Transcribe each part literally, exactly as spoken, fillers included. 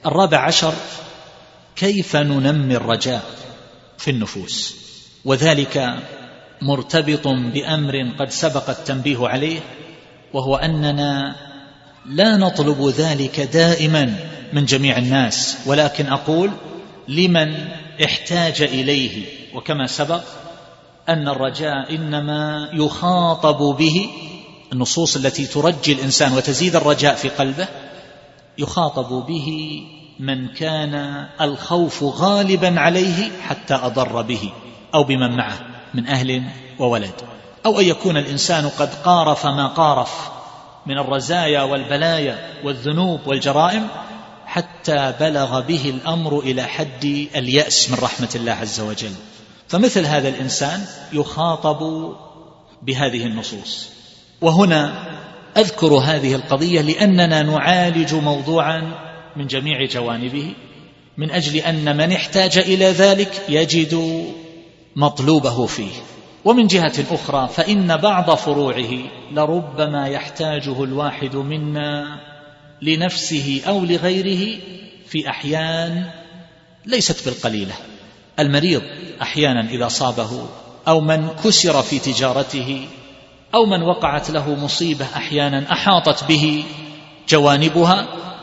الرابع عشر: كيف ننمي الرجاء في النفوس، وذلك مرتبط بأمر قد سبق التنبيه عليه، وهو أننا لا نطلب ذلك دائما من جميع الناس، ولكن أقول لمن احتاج إليه. وكما سبق أن الرجاء إنما يخاطب به النصوص التي ترجي الإنسان وتزيد الرجاء في قلبه، يخاطب به من كان الخوف غالبا عليه حتى أضر به أو بمن معه من أهل وولد، أو أن يكون الإنسان قد قارف ما قارف من الرزايا والبلايا والذنوب والجرائم حتى بلغ به الأمر إلى حد اليأس من رحمة الله عز وجل. فمثل هذا الإنسان يخاطب بهذه النصوص. وهنا أذكر هذه القضية لأننا نعالج موضوعا من جميع جوانبه، من أجل أن من احتاج إلى ذلك يجد مطلوبه فيه. ومن جهة أخرى فإن بعض فروعه لربما يحتاجه الواحد منا لنفسه أو لغيره في أحيان ليست بالقليلة. المريض أحيانا إذا صابه، أو من كسر في تجارته، أو من وقعت له مصيبة أحيانا أحاطت به جوانبها،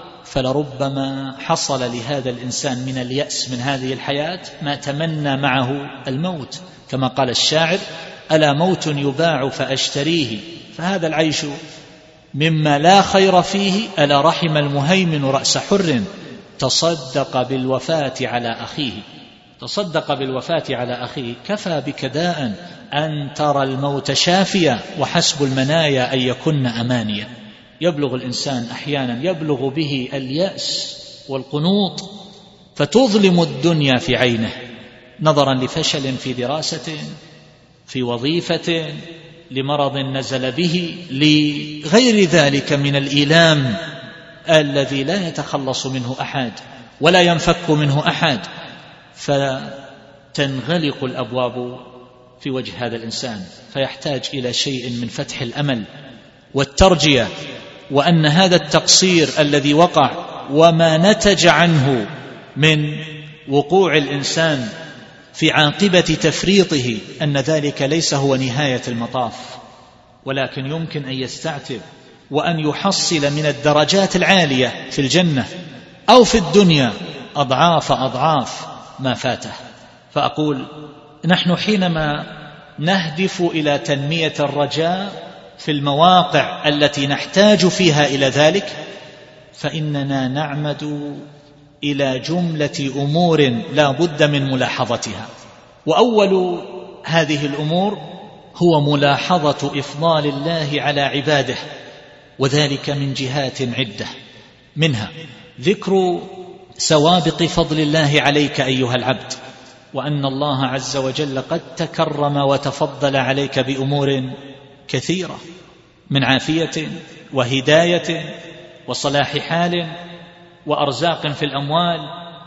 فلربما حصل لهذا الإنسان من اليأس من هذه الحياة ما تمنى معه الموت، كما قال الشاعر: ألا موت يباع فأشتريه، فهذا العيش مما لا خير فيه، ألا رحم المهيمن رأس حر تصدق بالوفاة على أخيه. تصدق بالوفاة على أخيه، كفى بك داء أن ترى الموت شافيا، وحسب المنايا أن يكن أمانيا. يبلغ الإنسان أحيانا يبلغ به اليأس والقنوط، فتظلم الدنيا في عينه نظرا لفشل في دراسة، في وظيفة، لمرض نزل به، لغير ذلك من الإيلام الذي لا يتخلص منه أحد ولا ينفك منه أحد، فتنغلق الأبواب في وجه هذا الإنسان، فيحتاج إلى شيء من فتح الأمل والترجية، وأن هذا التقصير الذي وقع وما نتج عنه من وقوع الإنسان في عاقبة تفريطه، أن ذلك ليس هو نهاية المطاف، ولكن يمكن أن يستعتب وأن يحصل من الدرجات العالية في الجنة أو في الدنيا أضعاف أضعاف ما فاته. فأقول نحن حينما نهدف إلى تنمية الرجاء في المواقع التي نحتاج فيها إلى ذلك، فإننا نعمد إلى جملة أمور لا بد من ملاحظتها. وأول هذه الأمور هو ملاحظة إفضال الله على عباده، وذلك من جهات عدة، منها ذكر سوابق فضل الله عليك أيها العبد، وأن الله عز وجل قد تكرم وتفضل عليك بأمور كثيرة من عافية وهداية وصلاح حال وأرزاق في الأموال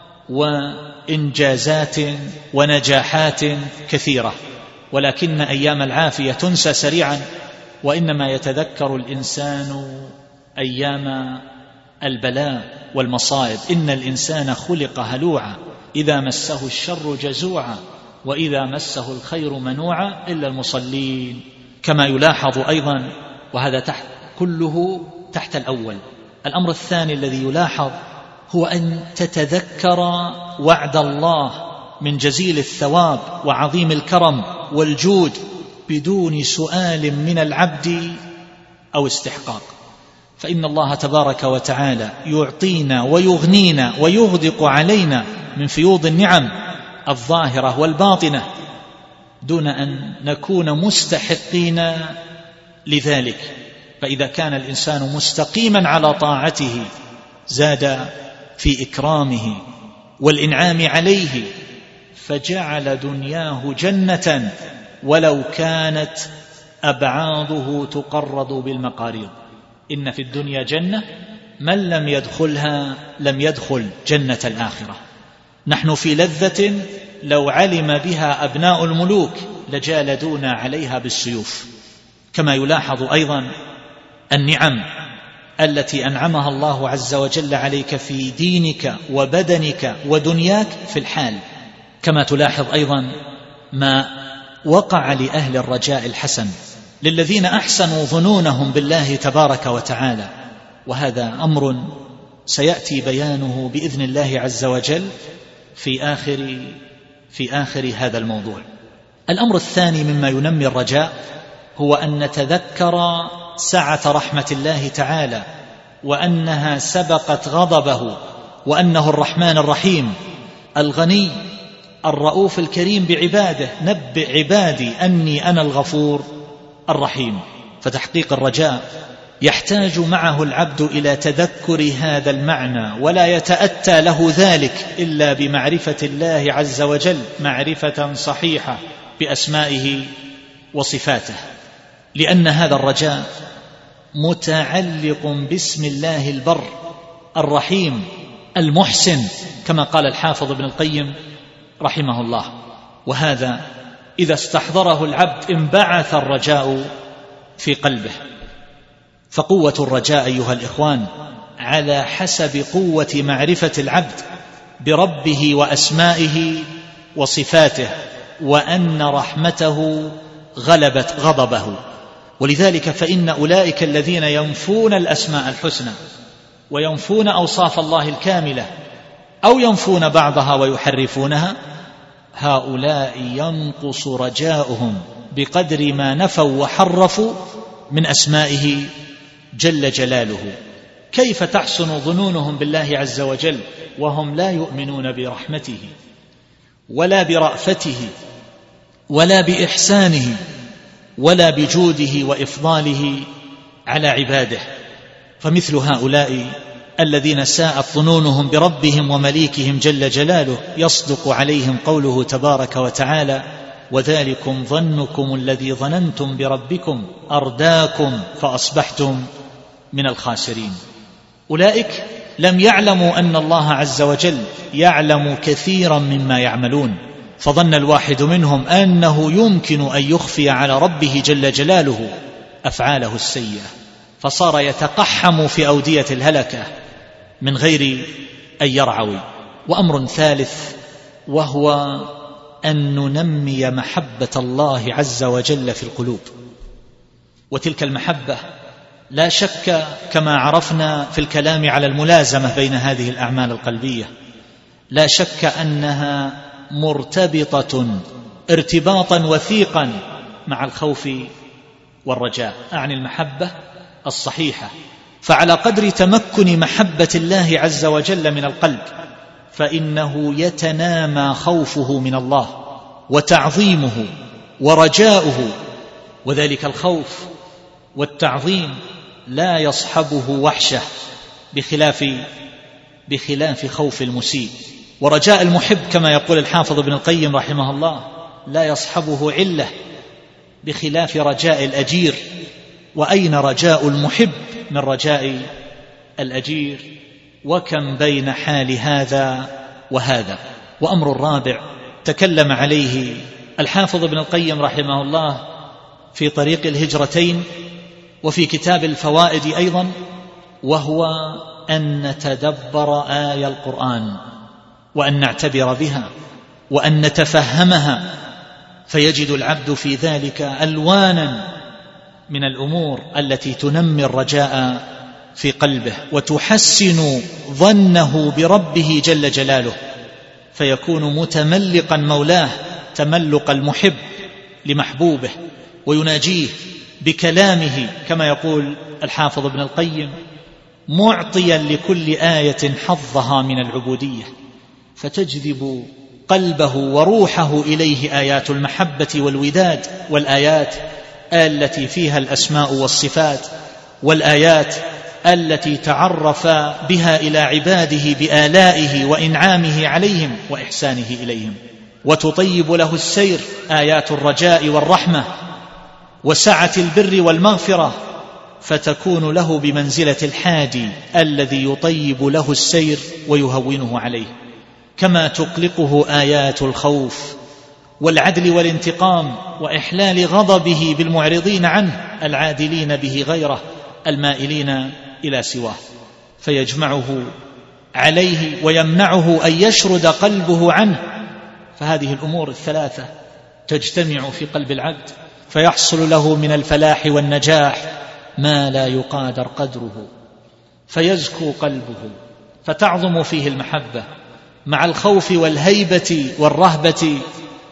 وإنجازات ونجاحات كثيرة، ولكن أيام العافية تنسى سريعا، وإنما يتذكر الإنسان أيام البلاء والمصائب. إن الإنسان خلق هلوعا إذا مسه الشر جزوعا وإذا مسه الخير منوعا إلا المصلين، كما يلاحظ أيضا، وهذا تحت كله تحت الأول. الأمر الثاني الذي يلاحظ هو أن تتذكر وعد الله من جزيل الثواب وعظيم الكرم والجود بدون سؤال من العبد أو استحقاق، فإن الله تبارك وتعالى يعطينا ويغنينا ويغدق علينا من فيوض النعم الظاهرة والباطنة دون أن نكون مستحقين لذلك. فإذا كان الإنسان مستقيما على طاعته زاد في إكرامه والإنعام عليه، فجعل دنياه جنة ولو كانت أبعاضه تقرض بالمقاريض. إن في الدنيا جنة من لم يدخلها لم يدخل جنة الآخرة. نحن في لذة لو علم بها أبناء الملوك لجالدونا عليها بالسيوف. كما يلاحظ أيضا النعم التي أنعمها الله عز وجل عليك في دينك وبدنك ودنياك في الحال. كما تلاحظ أيضا ما وقع لأهل الرجاء الحسن، للذين أحسنوا ظنونهم بالله تبارك وتعالى، وهذا أمر سيأتي بيانه بإذن الله عز وجل في آخر في آخر هذا الموضوع. الأمر الثاني مما ينمي الرجاء هو أن نتذكر سعة رحمة الله تعالى، وأنها سبقت غضبه، وأنه الرحمن الرحيم الغني الرؤوف الكريم بعباده. نبئ عبادي أني أنا الغفور الرحيم. فتحقيق الرجاء يحتاج معه العبد إلى تذكر هذا المعنى، ولا يتأتى له ذلك إلا بمعرفة الله عز وجل معرفة صحيحة بأسمائه وصفاته، لأن هذا الرجاء متعلق باسم الله البر الرحيم المحسن، كما قال الحافظ ابن القيم رحمه الله. وهذا إذا استحضره العبد انبعث الرجاء في قلبه. فقوة الرجاء أيها الإخوان على حسب قوة معرفة العبد بربه وأسمائه وصفاته، وأن رحمته غلبت غضبه. ولذلك فإن أولئك الذين ينفون الأسماء الحسنى وينفون أوصاف الله الكاملة أو ينفون بعضها ويحرفونها، هؤلاء ينقص رجاؤهم بقدر ما نفوا وحرفوا من أسمائه جل جلاله. كيف تحسن ظنونهم بالله عز وجل وهم لا يؤمنون برحمته ولا برأفته ولا بإحسانه ولا بجوده وإفضاله على عباده؟ فمثل هؤلاء الذين ساءت ظنونهم بربهم ومليكهم جل جلاله يصدق عليهم قوله تبارك وتعالى: وذلكم ظنكم الذي ظننتم بربكم أرداكم فأصبحتم من الخاسرين. أولئك لم يعلموا أن الله عز وجل يعلم كثيرا مما يعملون، فظن الواحد منهم أنه يمكن أن يخفي على ربه جل جلاله أفعاله السيئة، فصار يتقحم في أودية الهلكة من غير أن يرعوي. وأمر ثالث وهو أن ننمي محبة الله عز وجل في القلوب. وتلك المحبة لا شك كما عرفنا في الكلام على الملازمة بين هذه الأعمال القلبية، لا شك أنها مرتبطة ارتباطا وثيقا مع الخوف والرجاء، أعني المحبة الصحيحة. فعلى قدر تمكن محبة الله عز وجل من القلب فإنه يتنامى خوفه من الله وتعظيمه ورجاؤه، وذلك الخوف والتعظيم لا يصحبه وحشة بخلاف بخلاف خوف المسيء. ورجاء المحب كما يقول الحافظ ابن القيم رحمه الله لا يصحبه علة بخلاف رجاء الأجير. وأين رجاء المحب من رجاء الأجير؟ وكم بين حال هذا وهذا. وأمر الرابع تكلم عليه الحافظ ابن القيم رحمه الله في طريق الهجرتين وفي كتاب الفوائد أيضا، وهو أن نتدبر آية القرآن وأن نعتبر بها وأن نتفهمها، فيجد العبد في ذلك ألوانا من الأمور التي تنمي الرجاء في قلبه وتحسن ظنه بربه جل جلاله، فيكون متملقا مولاه تملق المحب لمحبوبه ويناجيه بكلامه كما يقول الحافظ ابن القيم، معطيا لكل آية حظها من العبودية، فتجذب قلبه وروحه إليه آيات المحبة والوداد، والآيات التي فيها الأسماء والصفات، والآيات التي تعرف بها إلى عباده بآلائه وإنعامه عليهم وإحسانه إليهم، وتطيب له السير آيات الرجاء والرحمة وسعة البر والمغفرة، فتكون له بمنزلة الحادي الذي يطيب له السير ويهونه عليه. كما تقلقه آيات الخوف والعدل والانتقام وإحلال غضبه بالمعرضين عنه العادلين به غيره المائلين إلى سواه فيجمعه عليه ويمنعه أن يشرد قلبه عنه. فهذه الأمور الثلاثة تجتمع في قلب العبد فيحصل له من الفلاح والنجاح ما لا يقادر قدره، فيزكو قلبه فتعظم فيه المحبة مع الخوف والهيبة والرهبة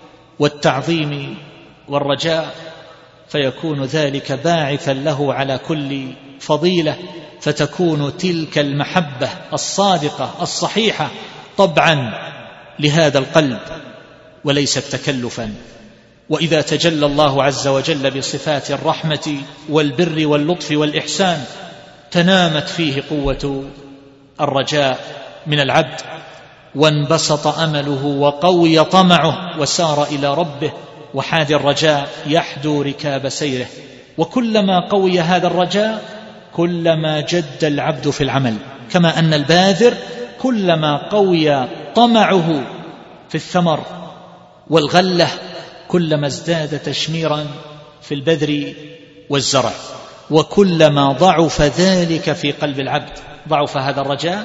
والتعظيم والرجاء، فيكون ذلك باعثا له على كل فضيلة، فتكون تلك المحبة الصادقة الصحيحة طبعا لهذا القلب وليست تكلفا. وإذا تجلى الله عز وجل بصفات الرحمة والبر واللطف والإحسان تنامت فيه قوة الرجاء من العبد، وانبسط أمله وقوي طمعه وسار إلى ربه، وحاد الرجاء يحدو ركاب سيره. وكلما قوي هذا الرجاء كلما جد العبد في العمل، كما أن الباذر كلما قوي طمعه في الثمر والغلة كلما ازداد تشميرا في البذر والزرع. وكلما ضعف ذلك في قلب العبد، ضعف هذا الرجاء،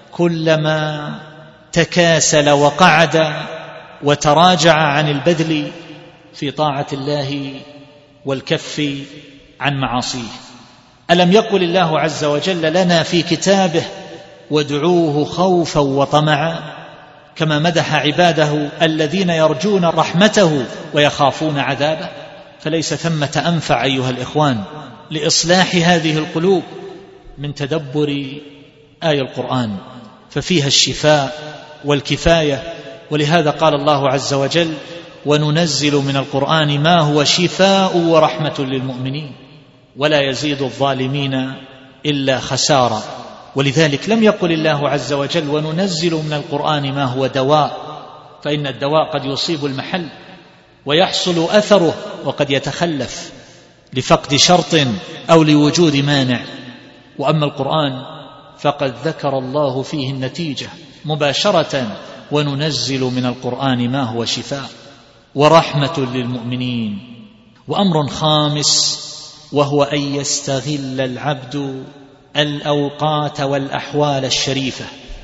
كلما تكاسل وقعد وتراجع عن البذل في طاعة الله والكف عن معاصيه. ألم يقل الله عز وجل لنا في كتابه وادعوه خوفا وطمعا، كما مدح عباده الذين يرجون رحمته ويخافون عذابه؟ فليس ثمة أنفع أيها الإخوان لإصلاح هذه القلوب من تدبر آية القرآن، ففيها الشفاء والكفاية. ولهذا قال الله عز وجل وننزل من القرآن ما هو شفاء ورحمة للمؤمنين ولا يزيد الظالمين إلا خسارا. ولذلك لم يقل الله عز وجل وننزل من القرآن ما هو دواء، فإن الدواء قد يصيب المحل ويحصل أثره وقد يتخلف لفقد شرط أو لوجود مانع. وأما القرآن فقد ذكر الله فيه النتيجة مباشرة وننزل من القرآن ما هو شفاء ورحمة للمؤمنين. وأمر خامس وهو أن يستغل العبد الأوقات والأحوال الشريفة،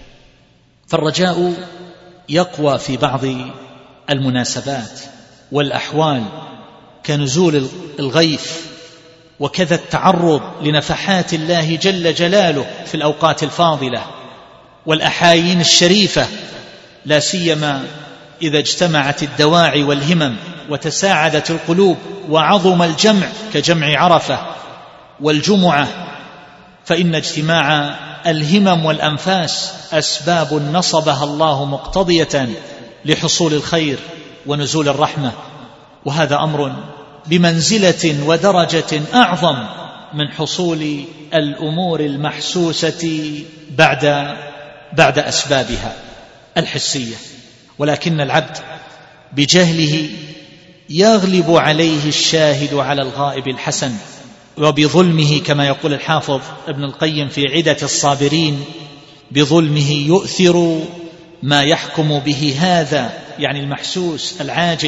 فالرجاء يقوى في بعض المناسبات والأحوال كنزول الغيث، وكذا التعرض لنفحات الله جل جلاله في الأوقات الفاضلة والأحايين الشريفة، لا سيما إذا اجتمعت الدواعي والهمم وتساعدت القلوب وعظم الجمع كجمع عرفة والجمعة، فإن اجتماع الهمم والأنفاس أسباب نصبها الله مقتضية لحصول الخير ونزول الرحمة. وهذا أمر بمنزلة ودرجة أعظم من حصول الأمور المحسوسة بعد بعد أسبابها الحسية. ولكن العبد بجهله يغلب عليه الشاهد على الغائب الحسن، وبظلمه كما يقول الحافظ ابن القيم في عدة الصابرين بظلمه يؤثر ما يحكم به هذا، يعني المحسوس العاجل،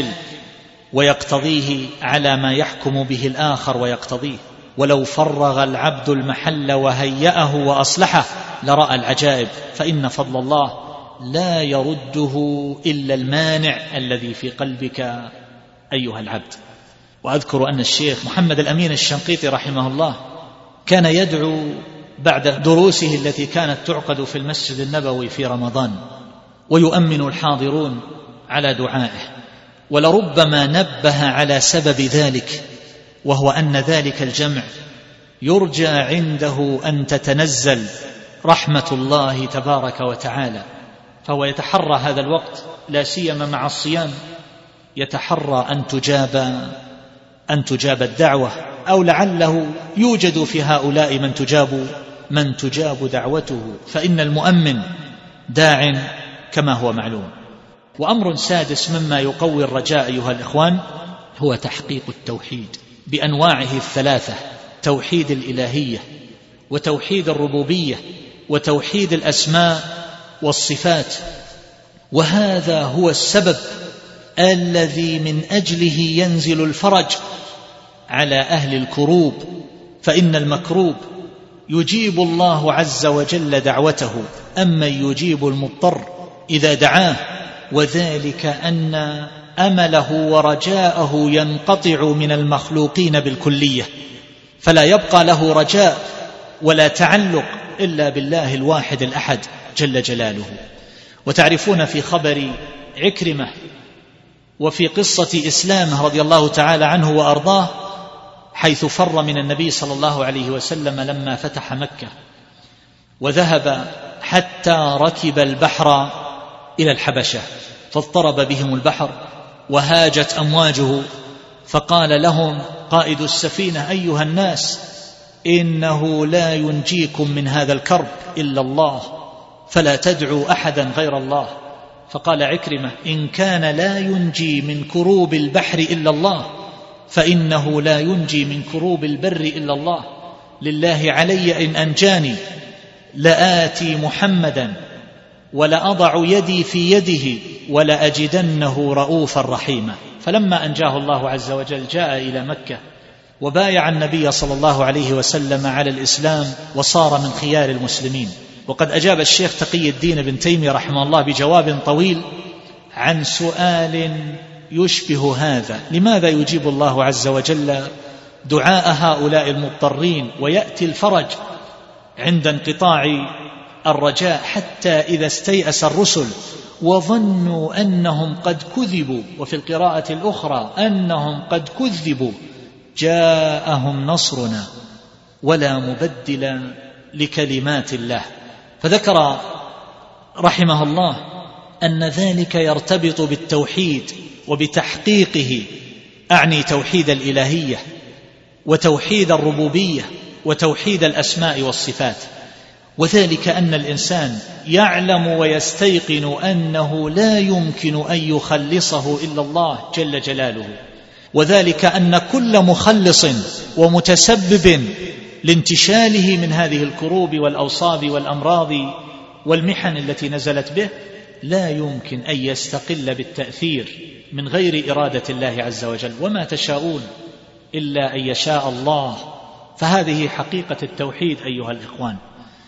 ويقتضيه على ما يحكم به الآخر ويقتضيه. ولو فرغ العبد المحل وهيأه وأصلحه لرأى العجائب، فإن فضل الله لا يرده إلا المانع الذي في قلبك أيها العبد. وأذكر أن الشيخ محمد الأمين الشنقيطي رحمه الله كان يدعو بعد دروسه التي كانت تعقد في المسجد النبوي في رمضان، ويؤمن الحاضرون على دعائه، ولربما نبه على سبب ذلك، وهو أن ذلك الجمع يرجى عنده أن تتنزل رحمة الله تبارك وتعالى، فهو يتحرى هذا الوقت لا سيما مع الصيام، يتحرى أن تجاب أن تجاب الدعوة، أو لعله يوجد في هؤلاء من تجاب من تجاب دعوته، فإن المؤمن داع كما هو معلوم. وأمر سادس مما يقوي الرجاء أيها الإخوان هو تحقيق التوحيد بأنواعه الثلاثة، توحيد الإلهية وتوحيد الربوبية وتوحيد الأسماء والصفات. وهذا هو السبب الذي من أجله ينزل الفرج على أهل الكروب، فإن المكروب يجيب الله عز وجل دعوته، أمن يجيب المضطر إذا دعاه، وذلك أن أمله ورجاءه ينقطع من المخلوقين بالكلية، فلا يبقى له رجاء ولا تعلق إلا بالله الواحد الأحد جل جلاله. وتعرفون في خبر عكرمة وفي قصة إسلامه رضي الله تعالى عنه وأرضاه، حيث فر من النبي صلى الله عليه وسلم لما فتح مكة، وذهب حتى ركب البحر إلى الحبشة، فاضطرب بهم البحر وهاجت أمواجه، فقال لهم قائد السفينة: أيها الناس، إنه لا ينجيكم من هذا الكرب إلا الله، فلا تدعوا أحدا غير الله. فقال عكرمة: إن كان لا ينجي من كروب البحر إلا الله، فإنه لا ينجي من كروب البر إلا الله. لله علي إن أنجاني لآتي محمدا ولأضع يدي في يده ولأجدنه رؤوفا رحيما. فلما أنجاه الله عز وجل جاء إلى مكة وبايع النبي صلى الله عليه وسلم على الإسلام، وصار من خيار المسلمين. وقد أجاب الشيخ تقي الدين بن تيمية رحمه الله بجواب طويل عن سؤال يشبه هذا: لماذا يجيب الله عز وجل دعاء هؤلاء المضطرين ويأتي الفرج عند انقطاع الرجاء، حتى إذا استيأس الرسل وظنوا أنهم قد كذبوا، وفي القراءة الأخرى أنهم قد كذبوا، جاءهم نصرنا ولا مبدل لكلمات الله. فذكر رحمه الله أن ذلك يرتبط بالتوحيد وبتحقيقه، أعني توحيد الإلهية وتوحيد الربوبية وتوحيد الأسماء والصفات، وذلك أن الإنسان يعلم ويستيقن أنه لا يمكن أن يخلصه إلا الله جل جلاله، وذلك أن كل مخلص ومتسبب لانتشاله من هذه الكروب والأوصاب والأمراض والمحن التي نزلت به لا يمكن أن يستقل بالتأثير من غير إرادة الله عز وجل، وما تشاءون إلا أن يشاء الله. فهذه حقيقة التوحيد أيها الإخوان.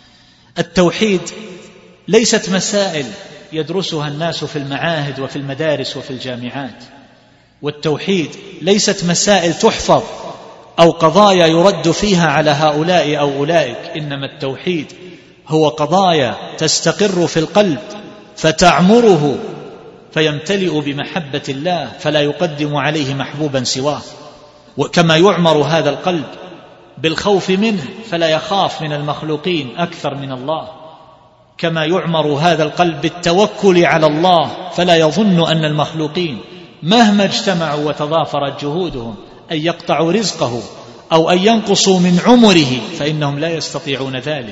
التوحيد ليست مسائل يدرسها الناس في المعاهد وفي المدارس وفي الجامعات، والتوحيد ليست مسائل تحفظ أو قضايا يرد فيها على هؤلاء أو أولئك، إنما التوحيد هو قضايا تستقر في القلب فتعمره فيمتلئ بمحبة الله، فلا يقدم عليه محبوبا سواه. وكما يعمر هذا القلب بالخوف منه فلا يخاف من المخلوقين أكثر من الله، كما يعمر هذا القلب بالتوكل على الله فلا يظن أن المخلوقين مهما اجتمعوا وتضافرت جهودهم أن يقطعوا رزقه أو أن ينقصوا من عمره، فإنهم لا يستطيعون ذلك.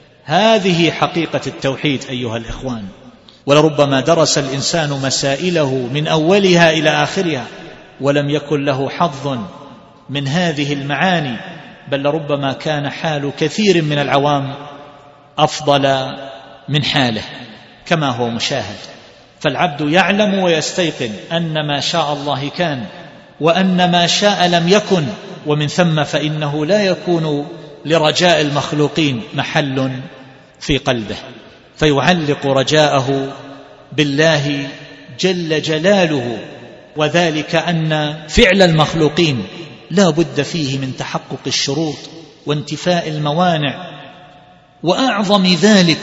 هذه حقيقة التوحيد أيها الإخوان. ولربما درس الإنسان مسائله من أولها إلى آخرها ولم يكن له حظ من هذه المعاني، بل لربما كان حال كثير من العوام أفضل من حاله كما هو مشاهد. فالعبد يعلم ويستيقن أن ما شاء الله كان وأن ما شاء لم يكن، ومن ثم فإنه لا يكون لرجاء المخلوقين محل في قلبه، فيعلق رجاءه بالله جل جلاله، وذلك أن فعل المخلوقين لا بد فيه من تحقق الشروط وانتفاء الموانع، وأعظم ذلك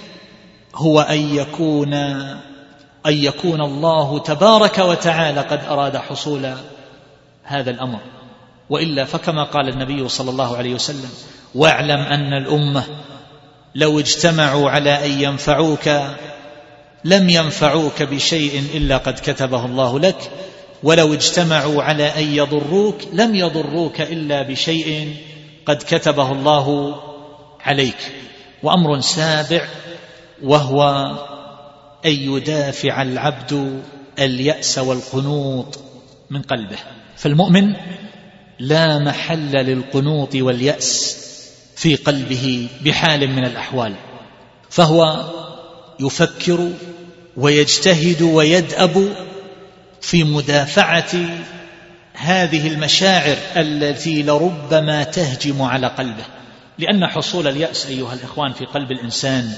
هو أن يكون أن يكون الله تبارك وتعالى قد أراد حصول هذا الأمر، وإلا فكما قال النبي صلى الله عليه وسلم: واعلم أن الأمة لو اجتمعوا على أن ينفعوك لم ينفعوك بشيء إلا قد كتبه الله لك، ولو اجتمعوا على أن يضروك لم يضروك إلا بشيء قد كتبه الله عليك. وأمر سابع وهو أن يدافع العبد اليأس والقنوط من قلبه. فالمؤمن لا محل للقنوط واليأس في قلبه بحال من الأحوال، فهو يفكر ويجتهد ويدأب في مدافعة هذه المشاعر التي لربما تهجم على قلبه، لأن حصول اليأس أيها الإخوان في قلب الإنسان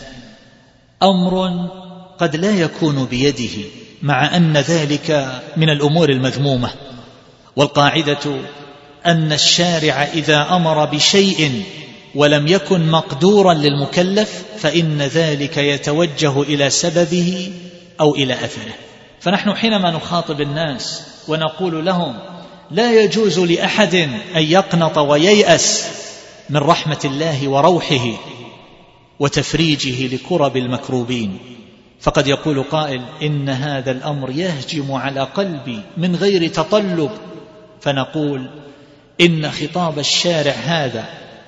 أمر قد لا يكون بيده، مع أن ذلك من الأمور المذمومة. والقاعدة أن الشارع إذا أمر بشيء ولم يكن مقدورا للمكلف فإن ذلك يتوجه إلى سببه أو إلى أثره. فنحن حينما نخاطب الناس ونقول لهم لا يجوز لأحد أن يقنط وييأس من رحمة الله وروحه وتفريجه لكرب المكروبين، فقد يقول قائل إن هذا الأمر يهجم على قلبي من غير تطلب، فنقول إن خطاب الشارع هذا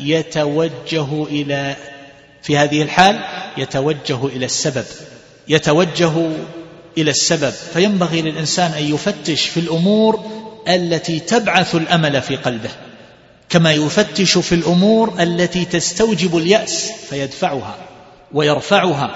يتوجه إلى في هذه الحال يتوجه إلى السبب يتوجه إلى السبب فينبغي للإنسان أن يفتش في الأمور التي تبعث الأمل في قلبه، كما يفتش في الأمور التي تستوجب اليأس فيدفعها ويرفعها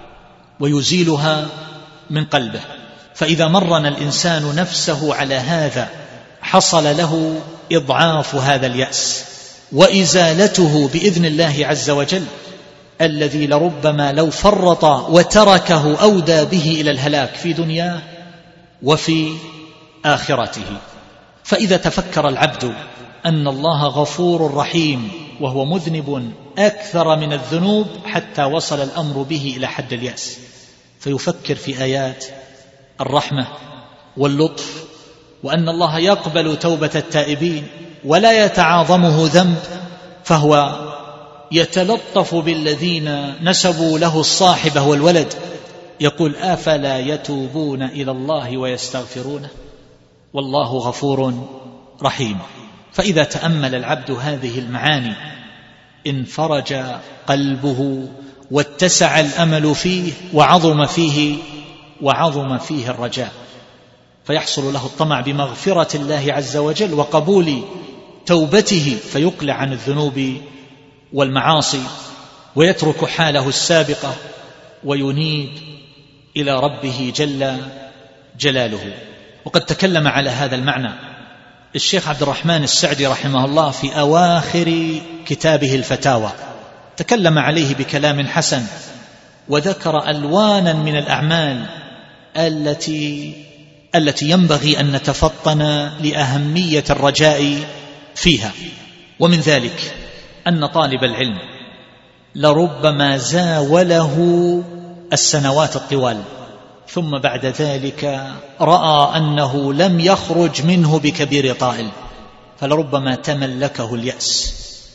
ويزيلها من قلبه. فإذا مرن الإنسان نفسه على هذا حصل له إضعاف هذا اليأس وإزالته بإذن الله عز وجل، الذي لربما لو فرط وتركه أودى به إلى الهلاك في دنياه وفي آخرته. فإذا تفكر العبد أن الله غفور رحيم وهو مذنب أكثر من الذنوب حتى وصل الأمر به إلى حد اليأس، فيفكر في آيات الرحمة واللطف، وأن الله يقبل توبة التائبين ولا يتعاظمه ذنب، فهو يتلطف بالذين نسبوا له الصاحبة والولد، يقول أفلا يتوبون إلى الله ويستغفرونه والله غفور رحيم. فإذا تأمل العبد هذه المعاني انفرج قلبه واتسع الأمل فيه وعظم فيه وعظم فيه الرجاء، فيحصل له الطمع بمغفرة الله عز وجل وقبول توبته، فيقلع عن الذنوب والمعاصي ويترك حاله السابقة وينيب إلى ربه جل جلاله. وقد تكلم على هذا المعنى الشيخ عبد الرحمن السعدي رحمه الله في أواخر كتابه الفتاوى، تكلم عليه بكلام حسن وذكر ألوانا من الأعمال التي التي ينبغي أن نتفطن لأهمية الرجاء فيها. ومن ذلك أن طالب العلم لربما زاوله السنوات الطوال ثم بعد ذلك رأى أنه لم يخرج منه بكبير طائل، فلربما تملكه اليأس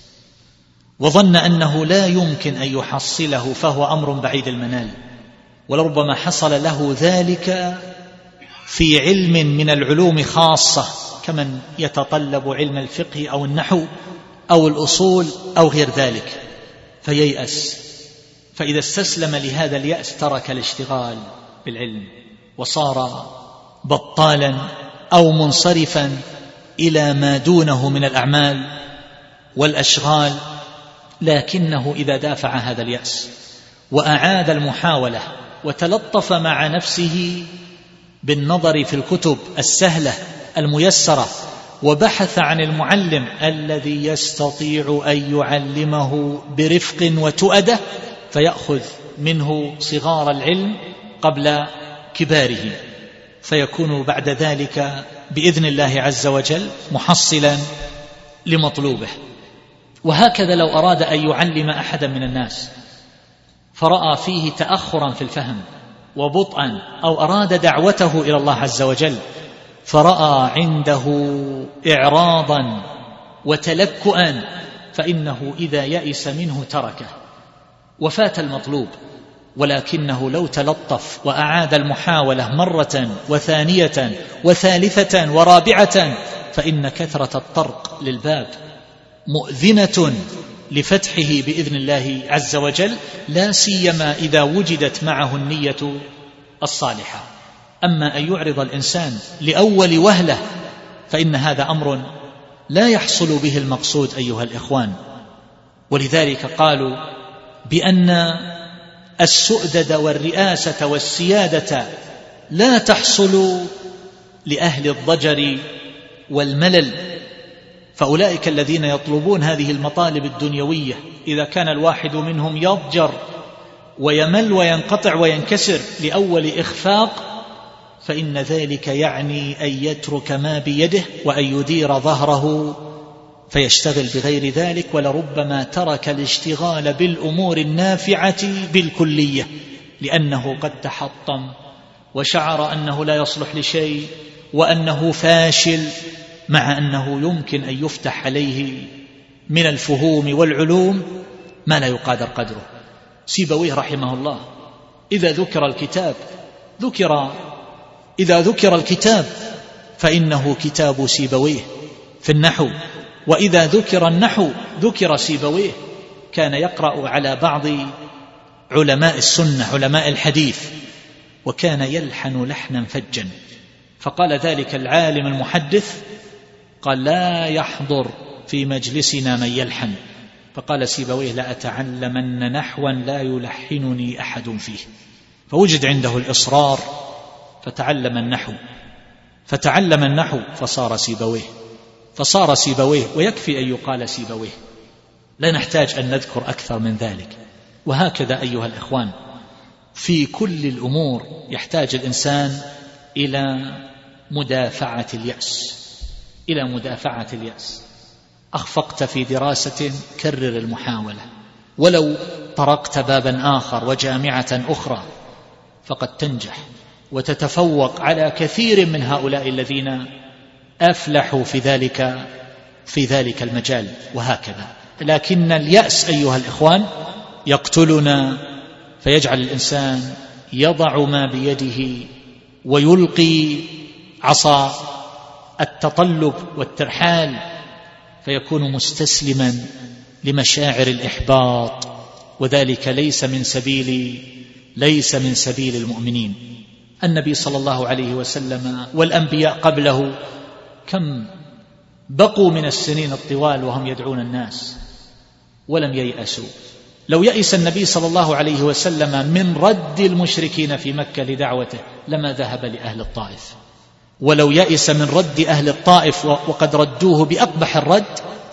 وظن أنه لا يمكن أن يحصله، فهو أمر بعيد المنال. ولربما حصل له ذلك في علم من العلوم خاصة كمن يتطلب علم الفقه أو النحو أو الأصول أو غير ذلك فييأس، فإذا استسلم لهذا اليأس ترك الاشتغال بالعلم وصار بطالا أو منصرفا إلى ما دونه من الأعمال والأشغال. لكنه إذا دافع هذا اليأس وأعاد المحاولة وتلطف مع نفسه بالنظر في الكتب السهلة الميسرة وبحث عن المعلم الذي يستطيع أن يعلمه برفق وتؤدة، فيأخذ منه صغار العلم قبل كباره، فيكون بعد ذلك بإذن الله عز وجل محصلا لمطلوبه. وهكذا لو أراد أن يعلم أحدا من الناس فرأى فيه تأخرا في الفهم وبطئا، أو أراد دعوته إلى الله عز وجل فرأى عنده إعراضا وتلكؤا، فإنه إذا يئس منه تركه وفات المطلوب. ولكنه لو تلطف وأعاد المحاولة مرة وثانية وثالثة ورابعة فإن كثرة الطرق للباب مؤذنة لفتحه بإذن الله عز وجل، لا سيما إذا وجدت معه النية الصالحة. أما أن يعرض الإنسان لأول وهلة فإن هذا أمر لا يحصل به المقصود أيها الإخوان. ولذلك قالوا بأن السؤدد والرئاسة والسيادة لا تحصل لأهل الضجر والملل، فأولئك الذين يطلبون هذه المطالب الدنيوية إذا كان الواحد منهم يضجر ويمل وينقطع وينكسر لأول إخفاق فإن ذلك يعني أن يترك ما بيده وأن يدير ظهره فيشتغل بغير ذلك، ولربما ترك الاشتغال بالأمور النافعة بالكلية لأنه قد تحطم وشعر أنه لا يصلح لشيء وأنه فاشل، مع أنه يمكن أن يفتح عليه من الفهوم والعلوم ما لا يقادر قدره. سيبويه رحمه الله إذا ذكر الكتاب ذكر إذا ذكر الكتاب فإنه كتاب سيبويه في النحو، وإذا ذكر النحو ذكر سيبويه. كان يقرأ على بعض علماء السنة علماء الحديث وكان يلحن لحنا فجا، فقال ذلك العالم المحدث قال لا يحضر في مجلسنا من يلحن، فقال سيبويه لأتعلمن نحوا لا يلحنني أحد فيه، فوجد عنده الإصرار فتعلم النحو فتعلم النحو فصار سيبويه فصار سيبويه ويكفي أن يقال سيبويه، لا نحتاج أن نذكر أكثر من ذلك. وهكذا أيها الإخوان في كل الأمور يحتاج الإنسان إلى مدافعة اليأس إلى مدافعة اليأس. أخفقت في دراسة كرر المحاولة، ولو طرقت بابا آخر وجامعة أخرى فقد تنجح وتتفوق على كثير من هؤلاء الذين أفلحوا في ذلك في ذلك المجال. وهكذا، لكن اليأس أيها الإخوان يقتلنا فيجعل الإنسان يضع ما بيده ويلقي عصا التطلب والترحال فيكون مستسلما لمشاعر الإحباط، وذلك ليس من سبيل ليس من سبيل المؤمنين. النبي صلى الله عليه وسلم والأنبياء قبله كم بقوا من السنين الطوال وهم يدعون الناس ولم ييأسوا. لو يأس النبي صلى الله عليه وسلم من رد المشركين في مكة لدعوته لما ذهب لأهل الطائف، ولو يأس من رد أهل الطائف وقد ردوه بأقبح الرد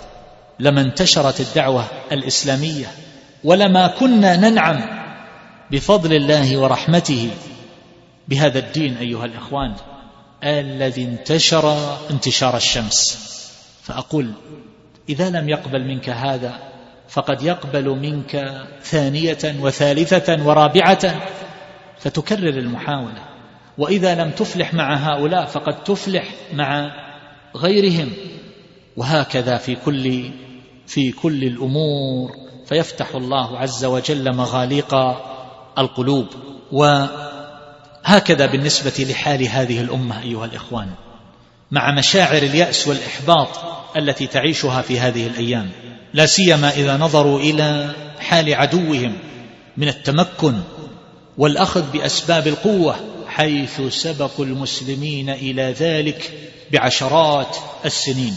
لما انتشرت الدعوة الإسلامية، ولما كنا ننعم بفضل الله ورحمته بهذا الدين أيها الإخوان الذي انتشر انتشار الشمس. فأقول إذا لم يقبل منك هذا فقد يقبل منك ثانية وثالثة ورابعة فتكرر المحاولة، وإذا لم تفلح مع هؤلاء فقد تفلح مع غيرهم، وهكذا في كل في كل الأمور، فيفتح الله عز وجل مغاليق القلوب. وهكذا بالنسبة لحال هذه الأمة أيها الإخوان مع مشاعر اليأس والإحباط التي تعيشها في هذه الأيام، لا سيما إذا نظروا إلى حال عدوهم من التمكن والأخذ بأسباب القوة، حيث سبقوا المسلمين إلى ذلك بعشرات السنين.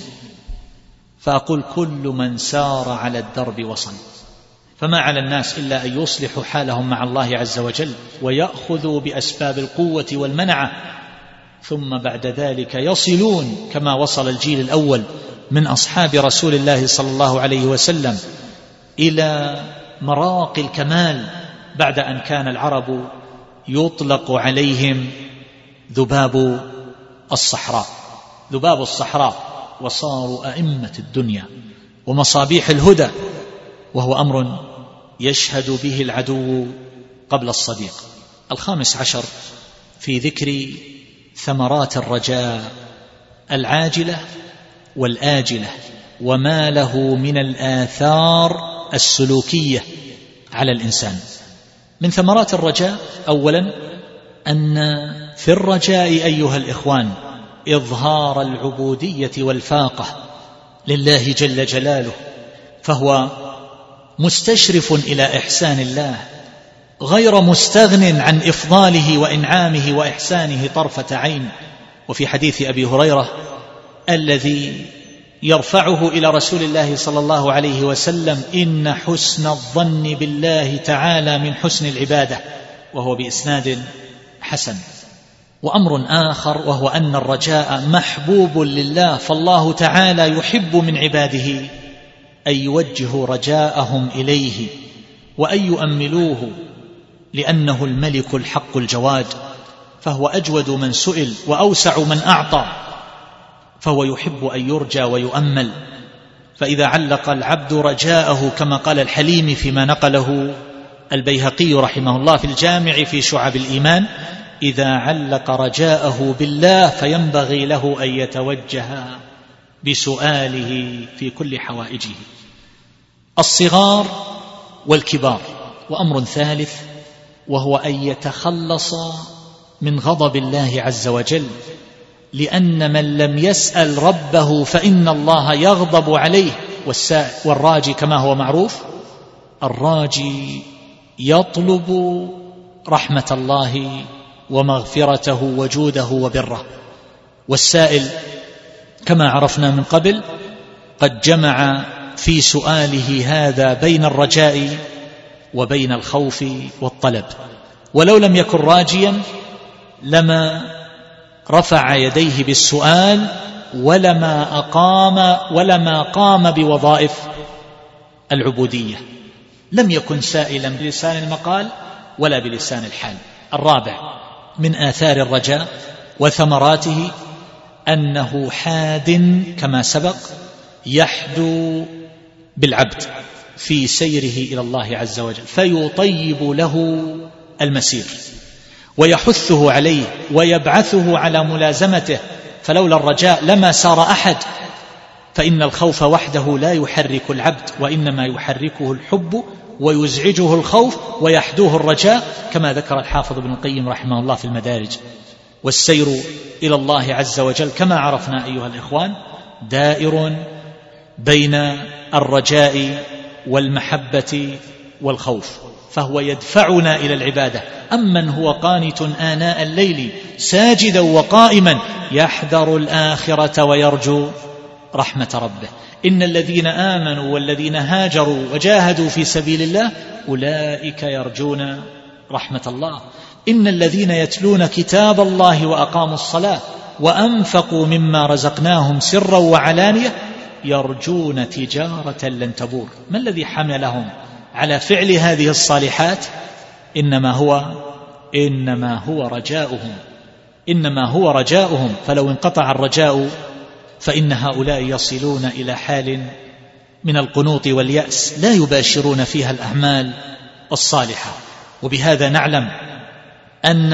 فأقول كل من سار على الدرب وصل، فما على الناس إلا أن يصلحوا حالهم مع الله عز وجل ويأخذوا بأسباب القوة والمنعة، ثم بعد ذلك يصلون كما وصل الجيل الأول من أصحاب رسول الله صلى الله عليه وسلم إلى مراقي الكمال، بعد أن كان العرب يطلق عليهم ذباب الصحراء ذباب الصحراء وصاروا أئمة الدنيا ومصابيح الهدى، وهو أمر يشهد به العدو قبل الصديق. الخامس عشر في ذكر ثمرات الرجاء العاجلة والآجلة وما له من الآثار السلوكية على الإنسان. من ثمرات الرجاء أولا أن في الرجاء أيها الإخوان إظهار العبودية والفاقة لله جل جلاله، فهو مستشرف إلى إحسان الله غير مستغن عن إفضاله وإنعامه وإحسانه طرفة عين. وفي حديث أبي هريرة الذي يرفعه إلى رسول الله صلى الله عليه وسلم إن حسن الظن بالله تعالى من حسن العبادة، وهو بإسناد حسن، وأمر آخر وهو أن الرجاء محبوب لله، فالله تعالى يحب من عباده أن يوجهوا رجاءهم إليه وأن يؤملوه، لأنه الملك الحق الجواد، فهو أجود من سئل وأوسع من أعطى، فهو يحب أن يرجى ويؤمل. فإذا علق العبد رجاءه كما قال الحليمي فيما نقله البيهقي رحمه الله في الجامع في شعب الإيمان: إذا علق رجاءه بالله فينبغي له أن يتوجه بسؤاله في كل حوائجه. الصغار والكبار. وأمر ثالث وهو أن يتخلص من غضب الله عز وجل، لأن من لم يسأل ربه فإن الله يغضب عليه. والراجي كما هو معروف، الراجي يطلب رحمة الله ومغفرته وجوده وبره، والسائل كما عرفنا من قبل قد جمع في سؤاله هذا بين الرجاء وبين الخوف والطلب. ولو لم يكن راجيا لما رفع يديه بالسؤال ولما أقام ولما قام بوظائف العبودية، لم يكن سائلا بلسان المقال ولا بلسان الحال. الرابع من آثار الرجاء وثمراته أنه حاد كما سبق، يحدو بالعبد في سيره إلى الله عز وجل، فيطيب له المسير ويحثه عليه ويبعثه على ملازمته. فلولا الرجاء لما سار أحد، فإن الخوف وحده لا يحرك العبد، وإنما يحركه الحب ويزعجه الخوف ويحدوه الرجاء، كما ذكر الحافظ ابن القيم رحمه الله في المدارج. والسير إلى الله عز وجل كما عرفنا أيها الإخوان دائر بين الرجاء والمحبة والخوف، فهو يدفعنا إلى العبادة. أمن هو قانت آناء الليل ساجدا وقائما يحذر الآخرة ويرجو رحمة ربه. إن الذين آمنوا والذين هاجروا وجاهدوا في سبيل الله أولئك يرجون رحمة الله. إن الذين يتلون كتاب الله وأقاموا الصلاة وأنفقوا مما رزقناهم سرا وعلانية يرجون تجارة لن تبور. ما الذي حملهم على فعل هذه الصالحات؟ إنما هو إنما هو رجاؤهم إنما هو رجاؤهم فلو انقطع الرجاء فإن هؤلاء يصلون إلى حال من القنوط واليأس لا يباشرون فيها الأعمال الصالحة. وبهذا نعلم أن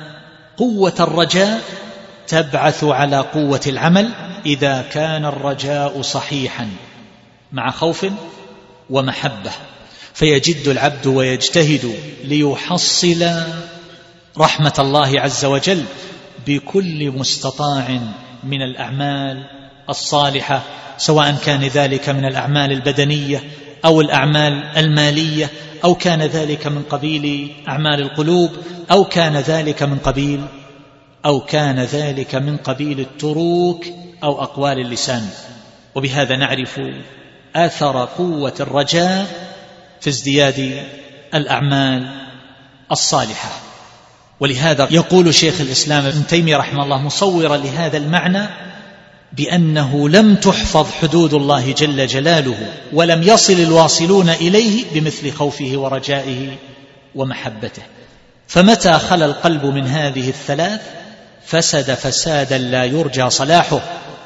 قوة الرجاء تبعث على قوة العمل إذا كان الرجاء صحيحا مع خوف ومحبة، فيجد العبد ويجتهد ليحصل رحمة الله عز وجل بكل مستطاع من الأعمال الصالحة، سواء كان ذلك من الأعمال البدنية أو الأعمال المالية، أو كان ذلك من قبيل أعمال القلوب، أو كان ذلك من قبيل أو كان ذلك من قبيل التروك أو أقوال اللسان. وبهذا نعرف آثر قوة الرجاء في ازدياد الأعمال الصالحة. ولهذا يقول شيخ الإسلام ابن تيمية رحمه الله مصورا لهذا المعنى بأنه لم تحفظ حدود الله جل جلاله ولم يصل الواصلون إليه بمثل خوفه ورجائه ومحبته. فمتى خلا القلب من هذه الثلاث فسد فسادا لا يرجى صلاحه،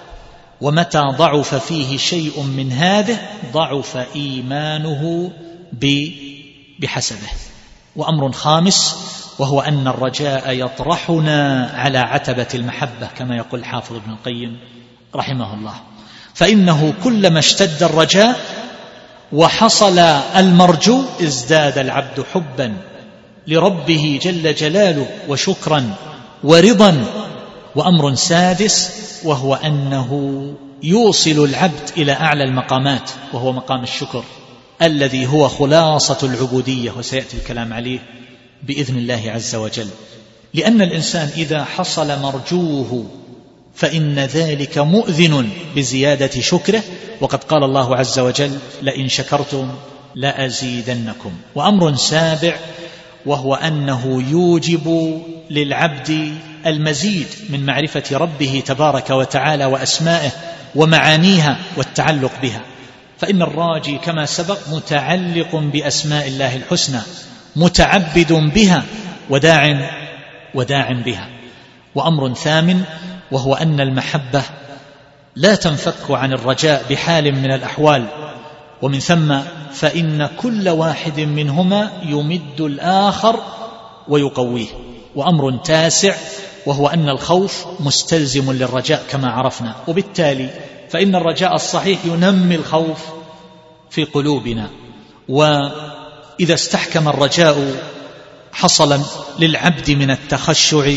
ومتى ضعف فيه شيء من هذه ضعف إيمانه بحسبه. وأمر خامس وهو أن الرجاء يطرحنا على عتبة المحبة كما يقول الحافظ ابن القيم رحمه الله، فإنه كلما اشتد الرجاء وحصل المرجو ازداد العبد حبا لربه جل جلاله وشكرا ورضا. وأمر سادس وهو أنه يوصل العبد إلى أعلى المقامات، وهو مقام الشكر الذي هو خلاصة العبودية، وسيأتي الكلام عليه بإذن الله عز وجل. لأن الإنسان إذا حصل مرجوه فإن ذلك مؤذن بزيادة شكره، وقد قال الله عز وجل لئن شكرتم لأزيدنكم. وأمر سابع وهو أنه يوجب للعبد المزيد من معرفة ربه تبارك وتعالى وأسمائه ومعانيها والتعلق بها، فإن الراجي كما سبق متعلق بأسماء الله الحسنى متعبد بها وداع وداع بها. وأمر ثامن وهو أن المحبة لا تنفك عن الرجاء بحال من الأحوال، ومن ثم فإن كل واحد منهما يمد الآخر ويقويه. وأمر تاسع وهو أن الخوف مستلزم للرجاء كما عرفنا، وبالتالي فإن الرجاء الصحيح ينمي الخوف في قلوبنا. وإذا استحكم الرجاء حصل للعبد من التخشع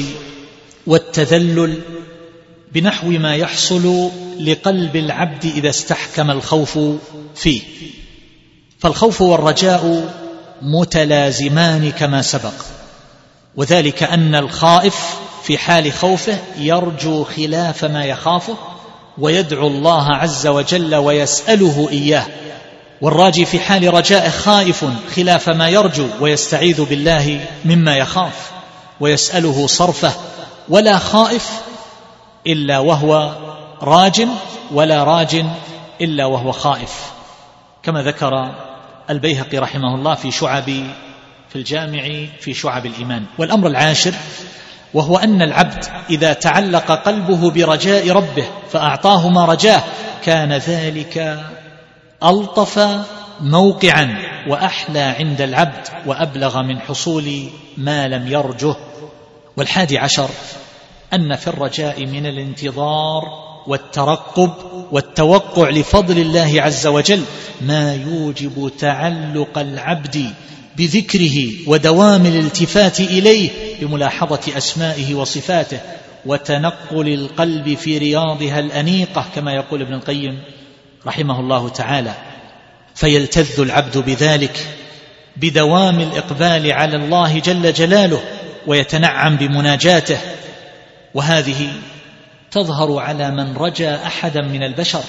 والتذلل بنحو ما يحصل لقلب العبد إذا استحكم الخوف فيه. فالخوف والرجاء متلازمان كما سبق، وذلك أن الخائف في حال خوفه يرجو خلاف ما يخافه ويدعو الله عز وجل ويسأله إياه، والراجي في حال رجائه خائف خلاف ما يرجو ويستعيذ بالله مما يخاف ويسأله صرفه. ولا خائف إلا وهو راج، ولا راج إلا وهو خائف، كما ذكر البيهقي رحمه الله في شعب في الجامع في شعب الإيمان. والأمر العاشر وهو أن العبد إذا تعلق قلبه برجاء ربه فأعطاه ما رجاه كان ذلك ألطف موقعا وأحلى عند العبد وأبلغ من حصول ما لم يرجه. والحادي عشر أن في الرجاء من الانتظار والترقب والتوقع لفضل الله عز وجل ما يوجب تعلق العبد بذكره ودوام الالتفات إليه بملاحظة أسمائه وصفاته وتنقل القلب في رياضها الأنيقة كما يقول ابن القيم رحمه الله تعالى، فيلتذ العبد بذلك بدوام الإقبال على الله جل جلاله ويتنعم بمناجاته. وهذه تظهر على من رجا أحدا من البشر،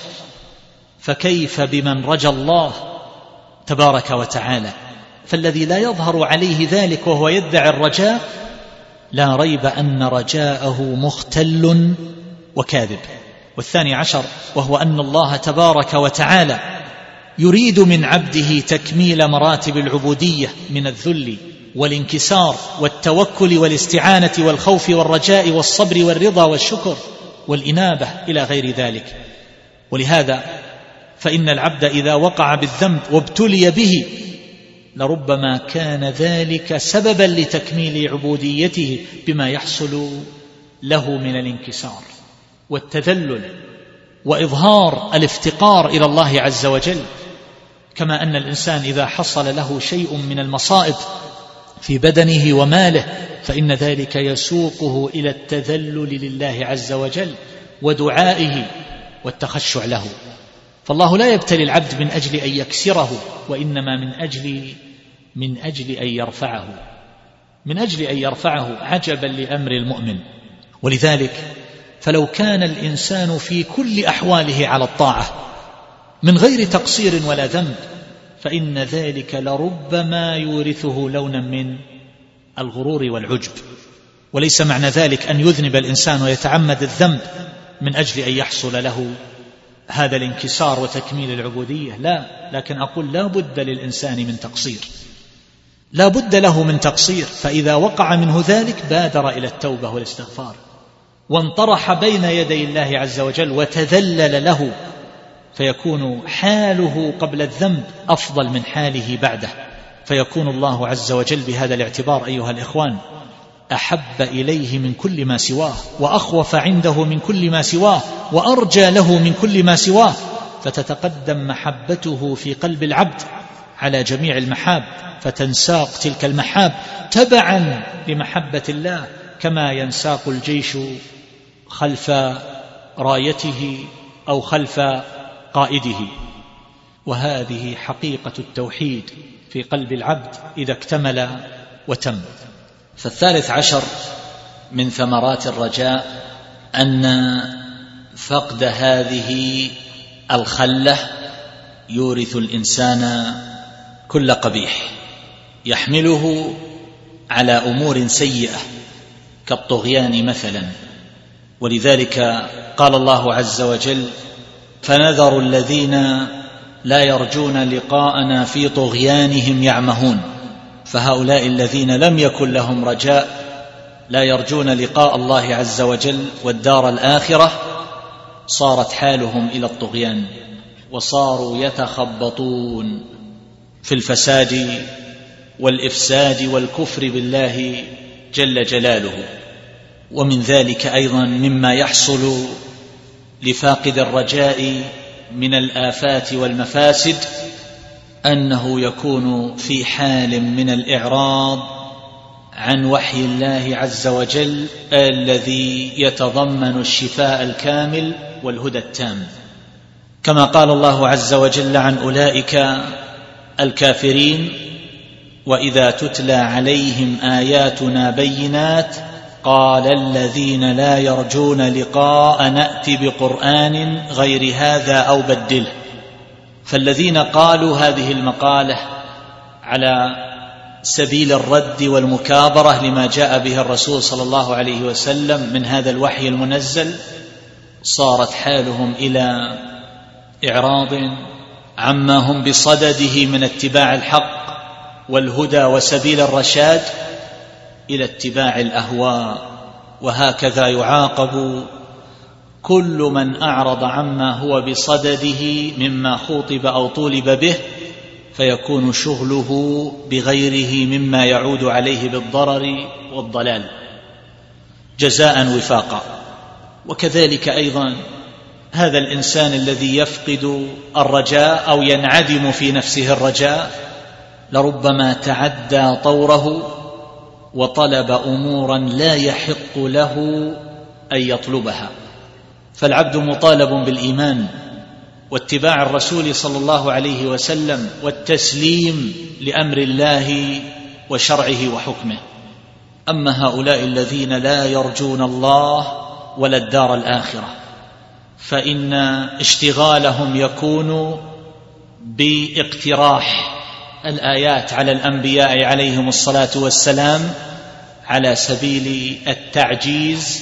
فكيف بمن رجا الله تبارك وتعالى؟ فالذي لا يظهر عليه ذلك وهو يدعي الرجاء لا ريب أن رجاءه مختل وكاذب. والثاني عشر وهو أن الله تبارك وتعالى يريد من عبده تكميل مراتب العبودية من الذل والانكسار والتوكل والاستعانة والخوف والرجاء والصبر والرضا والشكر والإنابة إلى غير ذلك. ولهذا فإن العبد إذا وقع بالذنب وابتلي به لربما كان ذلك سببا لتكميل عبوديته بما يحصل له من الانكسار والتذلل وإظهار الافتقار إلى الله عز وجل. كما أن الإنسان إذا حصل له شيء من المصائب في بدنه وماله فإن ذلك يسوقه إلى التذلل لله عز وجل ودعائه والتخشع له. فالله لا يبتلي العبد من أجل أن يكسره، وإنما من أجل من أجل أن يرفعه من أجل أن يرفعه عجبا لأمر المؤمن. ولذلك فلو كان الإنسان في كل أحواله على الطاعة من غير تقصير ولا ذنب فإن ذلك لربما يورثه لونا من الغرور والعجب. وليس معنى ذلك أن يذنب الإنسان ويتعمد الذنب من أجل أن يحصل له هذا الانكسار وتكميل العبودية، لا، لكن أقول لا بد للإنسان من تقصير، لا بد له من تقصير، فإذا وقع منه ذلك بادر إلى التوبة والاستغفار وانطرح بين يدي الله عز وجل وتذلل له، فيكون حاله قبل الذنب أفضل من حاله بعده، فيكون الله عز وجل بهذا الاعتبار أيها الإخوان أحب إليه من كل ما سواه، وأخوف عنده من كل ما سواه، وأرجى له من كل ما سواه، فتتقدم محبته في قلب العبد على جميع المحاب، فتنساق تلك المحاب تبعا لمحبة الله كما ينساق الجيش خلف رايته أو خلف قائده. وهذه حقيقة التوحيد في قلب العبد إذا اكتمل وتم. فالثالث عشر من ثمرات الرجاء أن فقد هذه الخلة يورث الإنسان كل قبيح يحمله على أمور سيئة كالطغيان مثلا. ولذلك قال الله عز وجل: فنذر الذين لا يرجون لقاءنا في طغيانهم يعمهون. فهؤلاء الذين لم يكن لهم رجاء، لا يرجون لقاء الله عز وجل والدار الآخرة، صارت حالهم إلى الطغيان، وصاروا يتخبطون في الفساد والإفساد والكفر بالله جل جلاله. ومن ذلك أيضا مما يحصل لفاقد الرجاء من الآفات والمفاسد أنه يكون في حال من الإعراض عن وحي الله عز وجل الذي يتضمن الشفاء الكامل والهدى التام، كما قال الله عز وجل عن أولئك الكافرين: وإذا تتلى عليهم آياتنا بينات قال الذين لا يرجون لقاء نأت بقرآن غير هذا أو بدله. فالذين قالوا هذه المقالة على سبيل الرد والمكابرة لما جاء به الرسول صلى الله عليه وسلم من هذا الوحي المنزل، صارت حالهم إلى إعراض عما هم بصدده من اتباع الحق والهدى وسبيل الرشاد إلى اتباع الأهواء. وهكذا يعاقب كل من أعرض عما هو بصدده مما خوطب أو طولب به، فيكون شغله بغيره مما يعود عليه بالضرر والضلال جزاء وفاقا. وكذلك أيضا هذا الإنسان الذي يفقد الرجاء أو ينعدم في نفسه الرجاء لربما تعدى طوره وطلب أمورا لا يحق له أن يطلبها. فالعبد مطالب بالإيمان واتباع الرسول صلى الله عليه وسلم والتسليم لأمر الله وشرعه وحكمه. أما هؤلاء الذين لا يرجون الله ولا الدار الآخرة فإن اشتغالهم يكون باقتراح الآيات على الأنبياء عليهم الصلاة والسلام على سبيل التعجيز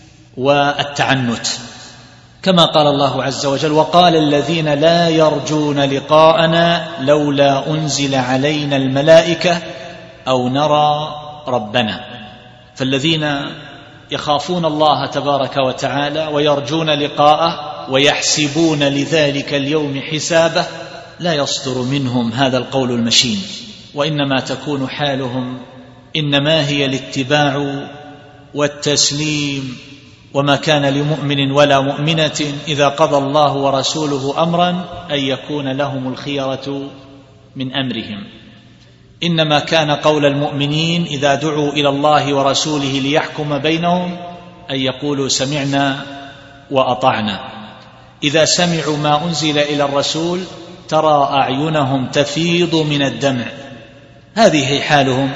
والتعنت، كما قال الله عز وجل: وقال الذين لا يرجون لقاءنا لولا أنزل علينا الملائكة أو نرى ربنا. فالذين يخافون الله تبارك وتعالى ويرجون لقاءه ويحسبون لذلك اليوم حسابه لا يصدر منهم هذا القول المشين، وإنما تكون حالهم إنما هي الاتباع والتسليم. وما كان لمؤمن ولا مؤمنة إذا قضى الله ورسوله أمرا أن يكون لهم الخيرة من أمرهم. إنما كان قول المؤمنين إذا دعوا إلى الله ورسوله ليحكم بينهم أن يقولوا سمعنا وأطعنا. إذا سمعوا ما أنزل إلى الرسول ترى أعينهم تفيض من الدمع. هذه حالهم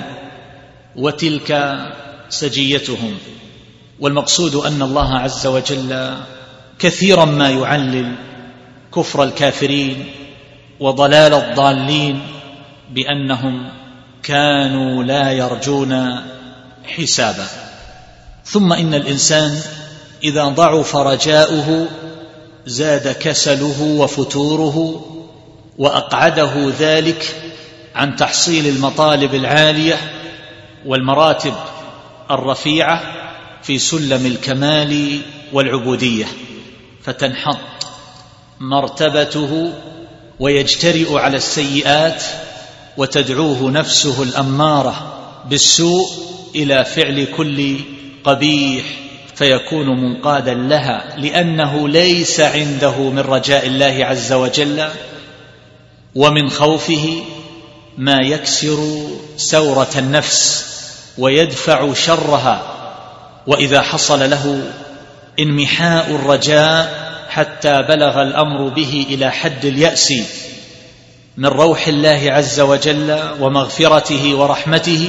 وتلك سجيتهم. والمقصود أن الله عز وجل كثيرا ما يعلل كفر الكافرين وضلال الضالين بأنهم كانوا لا يرجون حسابا. ثم إن الإنسان إذا ضعف رجاؤه زاد كسله وفتوره وأقعده ذلك عن تحصيل المطالب العالية والمراتب الرفيعة في سلم الكمال والعبودية، فتنحط مرتبته ويجترئ على السيئات وتدعوه نفسه الأمارة بالسوء إلى فعل كل قبيح، فيكون منقادا لها لأنه ليس عنده من رجاء الله عز وجل ومن خوفه ما يكسر سورة النفس ويدفع شرها. وإذا حصل له انمحاء الرجاء حتى بلغ الأمر به إلى حد اليأس من روح الله عز وجل ومغفرته ورحمته،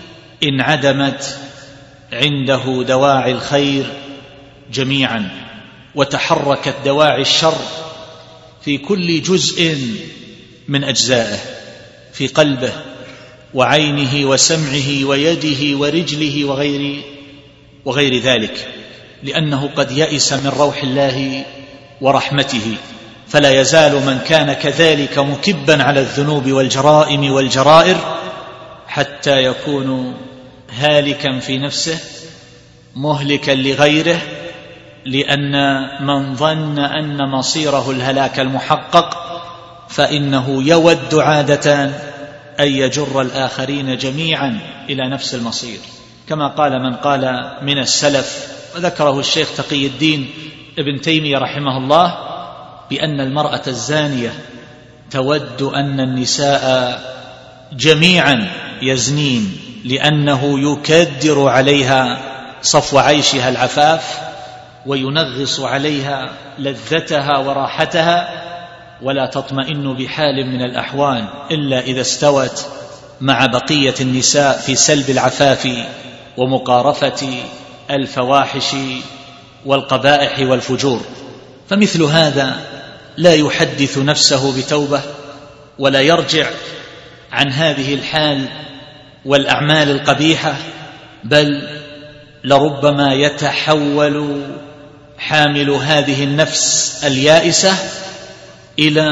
انعدمت عنده دواعي الخير جميعا، وتحركت دواعي الشر في كل جزء من أجزائه، في قلبه وعينه وسمعه ويده ورجله وغير وغير ذلك، لأنه قد يئس من روح الله ورحمته، فلا يزال من كان كذلك مكبا على الذنوب والجرائم والجرائر حتى يكون هالكا في نفسه مهلكا لغيره، لأن من ظن أن مصيره الهلاك المحقق فإنه يود عادة أن يجر الآخرين جميعا إلى نفس المصير، كما قال من قال من السلف، وذكره الشيخ تقي الدين ابن تيمية رحمه الله، بأن المرأة الزانية تود أن النساء جميعا يزنين، لأنه يكدر عليها صفو عيشها العفاف وينغص عليها لذتها وراحتها، ولا تطمئن بحال من الأحوال إلا إذا استوت مع بقية النساء في سلب العفاف ومقارفة الفواحش والقبائح والفجور. فمثل هذا لا يحدث نفسه بتوبة ولا يرجع عن هذه الحال والأعمال القبيحة، بل لربما يتحول حامل هذه النفس اليائسة إلى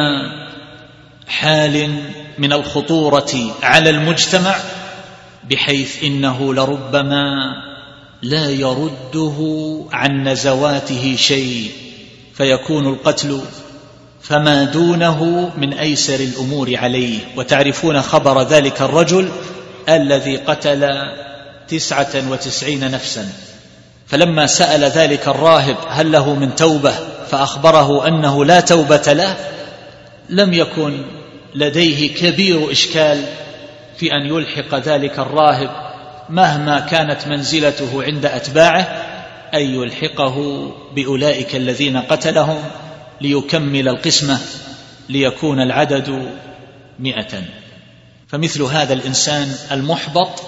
حال من الخطورة على المجتمع، بحيث إنه لربما لا يرده عن نزواته شيء، فيكون القتل فما دونه من أيسر الأمور عليه. وتعرفون خبر ذلك الرجل الذي قتل تسعة وتسعين نفسا، فلما سأل ذلك الراهب هل له من توبة فأخبره أنه لا توبة له، لم يكن لديه كبير إشكال في أن يلحق ذلك الراهب مهما كانت منزلته عند أتباعه، أن يلحقه بأولئك الذين قتلهم ليكمل القسمة ليكون العدد مئة. فمثل هذا الإنسان المحبط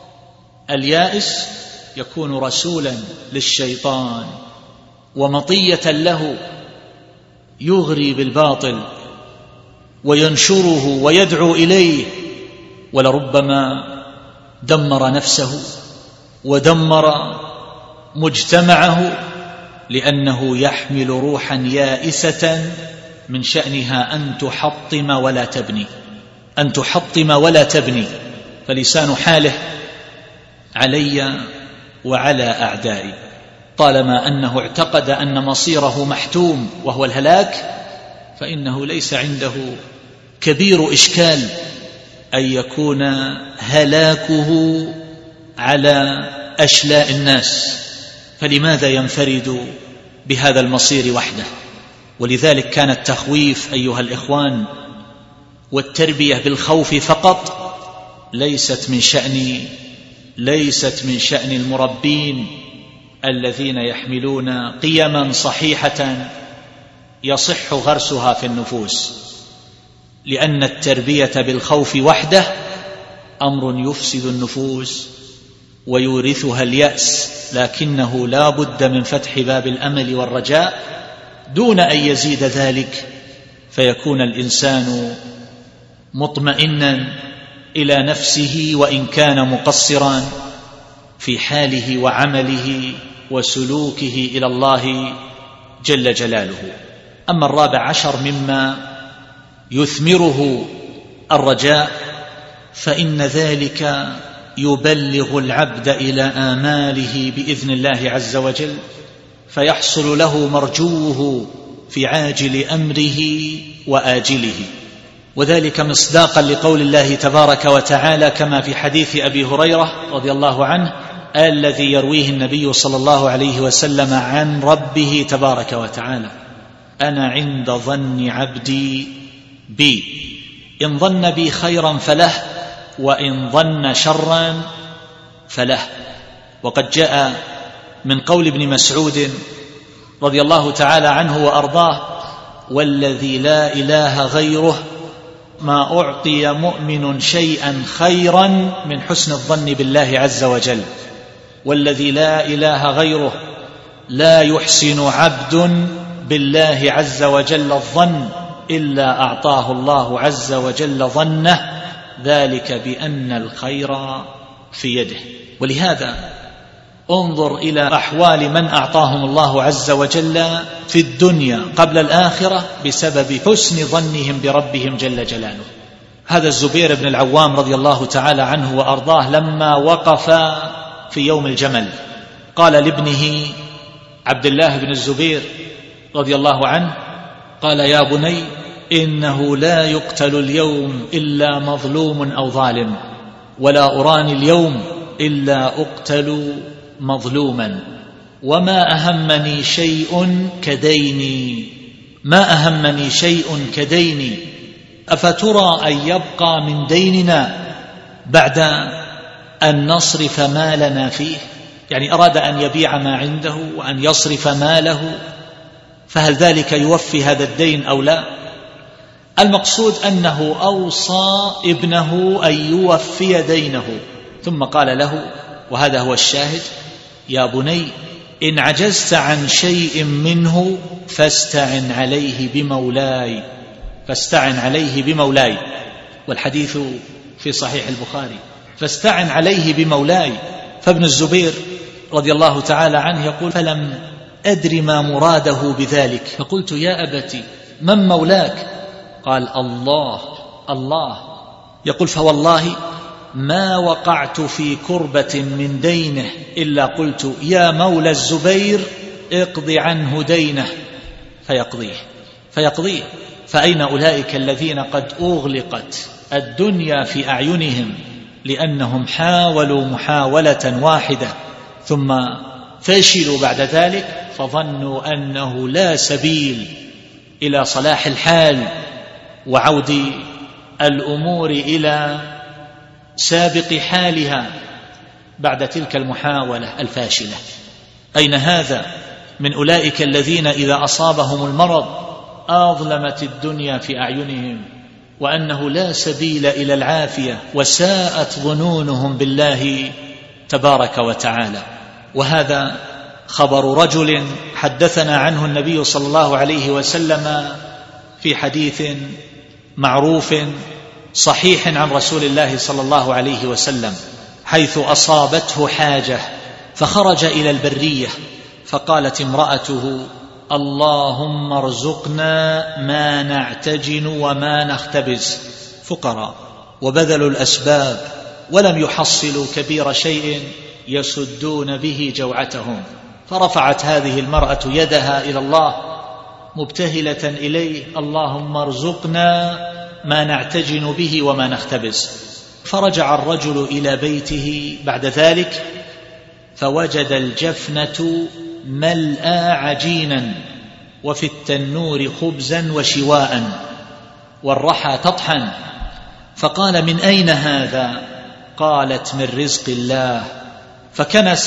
اليائس يكون رسولا للشيطان ومطية له، يغري بالباطل وينشره ويدعو إليه، ولربما دمر نفسه ودمر مجتمعه، لأنه يحمل روحا يائسة من شأنها أن تحطم ولا تبني، أن تحطم ولا تبني. فلسان حاله علي وعلى أعدائي، طالما أنه اعتقد أن مصيره محتوم وهو الهلاك، فإنه ليس عنده كبير إشكال أن يكون هلاكه على أشلاء الناس، فلماذا ينفرد بهذا المصير وحده؟ ولذلك كان التخويف أيها الإخوان والتربية بالخوف فقط ليست من شأن ليست من شأن المربين الذين يحملون قيما صحيحة يصح غرسها في النفوس، لأن التربية بالخوف وحده أمر يفسد النفوس ويورثها اليأس، لكنه لا بد من فتح باب الأمل والرجاء دون أن يزيد ذلك، فيكون الإنسان مطمئنا إلى نفسه وإن كان مقصرا في حاله وعمله وسلوكه إلى الله جل جلاله. أما الرابع عشر مما يثمره الرجاء، فإن ذلك يبلغ العبد إلى آماله بإذن الله عز وجل، فيحصل له مرجوه في عاجل أمره وآجله، وذلك مصداقا لقول الله تبارك وتعالى كما في حديث أبي هريرة رضي الله عنه الذي يرويه النبي صلى الله عليه وسلم عن ربه تبارك وتعالى: أنا عند ظن عبدي بي، إن ظن بي خيرا فله وإن ظن شرا فله. وقد جاء من قول ابن مسعود رضي الله تعالى عنه وأرضاه: والذي لا إله غيره ما أعطي مؤمن شيئا خيرا من حسن الظن بالله عز وجل، والذي لا إله غيره لا يحسن عبد بالله عز وجل الظن إلا أعطاه الله عز وجل ظنه، ذلك بأن الخير في يده. ولهذا انظر إلى أحوال من أعطاهم الله عز وجل في الدنيا قبل الآخرة بسبب حسن ظنهم بربهم جل جلاله. هذا الزبير بن العوام رضي الله تعالى عنه وأرضاه لما وقف في يوم الجمل قال لابنه عبد الله بن الزبير رضي الله عنه، قال: يا بني، إنه لا يقتل اليوم إلا مظلوم أو ظالم، ولا أراني اليوم إلا أقتل مظلوما، وما أهمني شيء كديني ما أهمني شيء كديني أفترى أن يبقى من ديننا بعد أن نصرف مالنا فيه؟ يعني أراد أن يبيع ما عنده وأن يصرف ماله، فهل ذلك يوفي هذا الدين أو لا؟ المقصود أنه أوصى ابنه أن يوفي دينه، ثم قال له، وهذا هو الشاهد: يا بني، إن عجزت عن شيء منه فاستعن عليه بمولاي فاستعن عليه بمولاي والحديث في صحيح البخاري، فاستعن عليه بمولاي. فابن الزبير رضي الله تعالى عنه يقول: فلم أدري ما مراده بذلك، فقلت: يا أبتي، من مولاك؟ قال: الله الله. يقول: فوالله ما وقعت في كربة من دينه إلا قلت: يا مولى الزبير اقض عنه دينه، فيقضيه فيقضيه فأين أولئك الذين قد أغلقت الدنيا في أعينهم لأنهم حاولوا محاولة واحدة ثم فشلوا بعد ذلك، فظنوا أنه لا سبيل إلى صلاح الحال وعود الأمور إلى سابق حالها بعد تلك المحاولة الفاشلة. أين هذا من أولئك الذين إذا أصابهم المرض أظلمت الدنيا في أعينهم وأنه لا سبيل إلى العافية، وساءت ظنونهم بالله تبارك وتعالى. وهذا خبر رجل حدثنا عنه النبي صلى الله عليه وسلم في حديث معروف صحيح عن رسول الله صلى الله عليه وسلم، حيث أصابته حاجة فخرج إلى البرية، فقالت امرأته: اللهم ارزقنا ما نعتجن وما نختبز. فقراء وبذلوا الأسباب ولم يحصلوا كبير شيء يسدون به جوعتهم، فرفعت هذه المرأة يدها إلى الله مبتهلة إليه: اللهم ارزقنا ما نعتجن به وما نختبز. فرجع الرجل إلى بيته بعد ذلك فوجد الجفنة ملأى عجينا، وفي التنور خبزا وشواء، والرحى تطحن. فقال: من أين هذا؟ قالت: من رزق الله. فكنس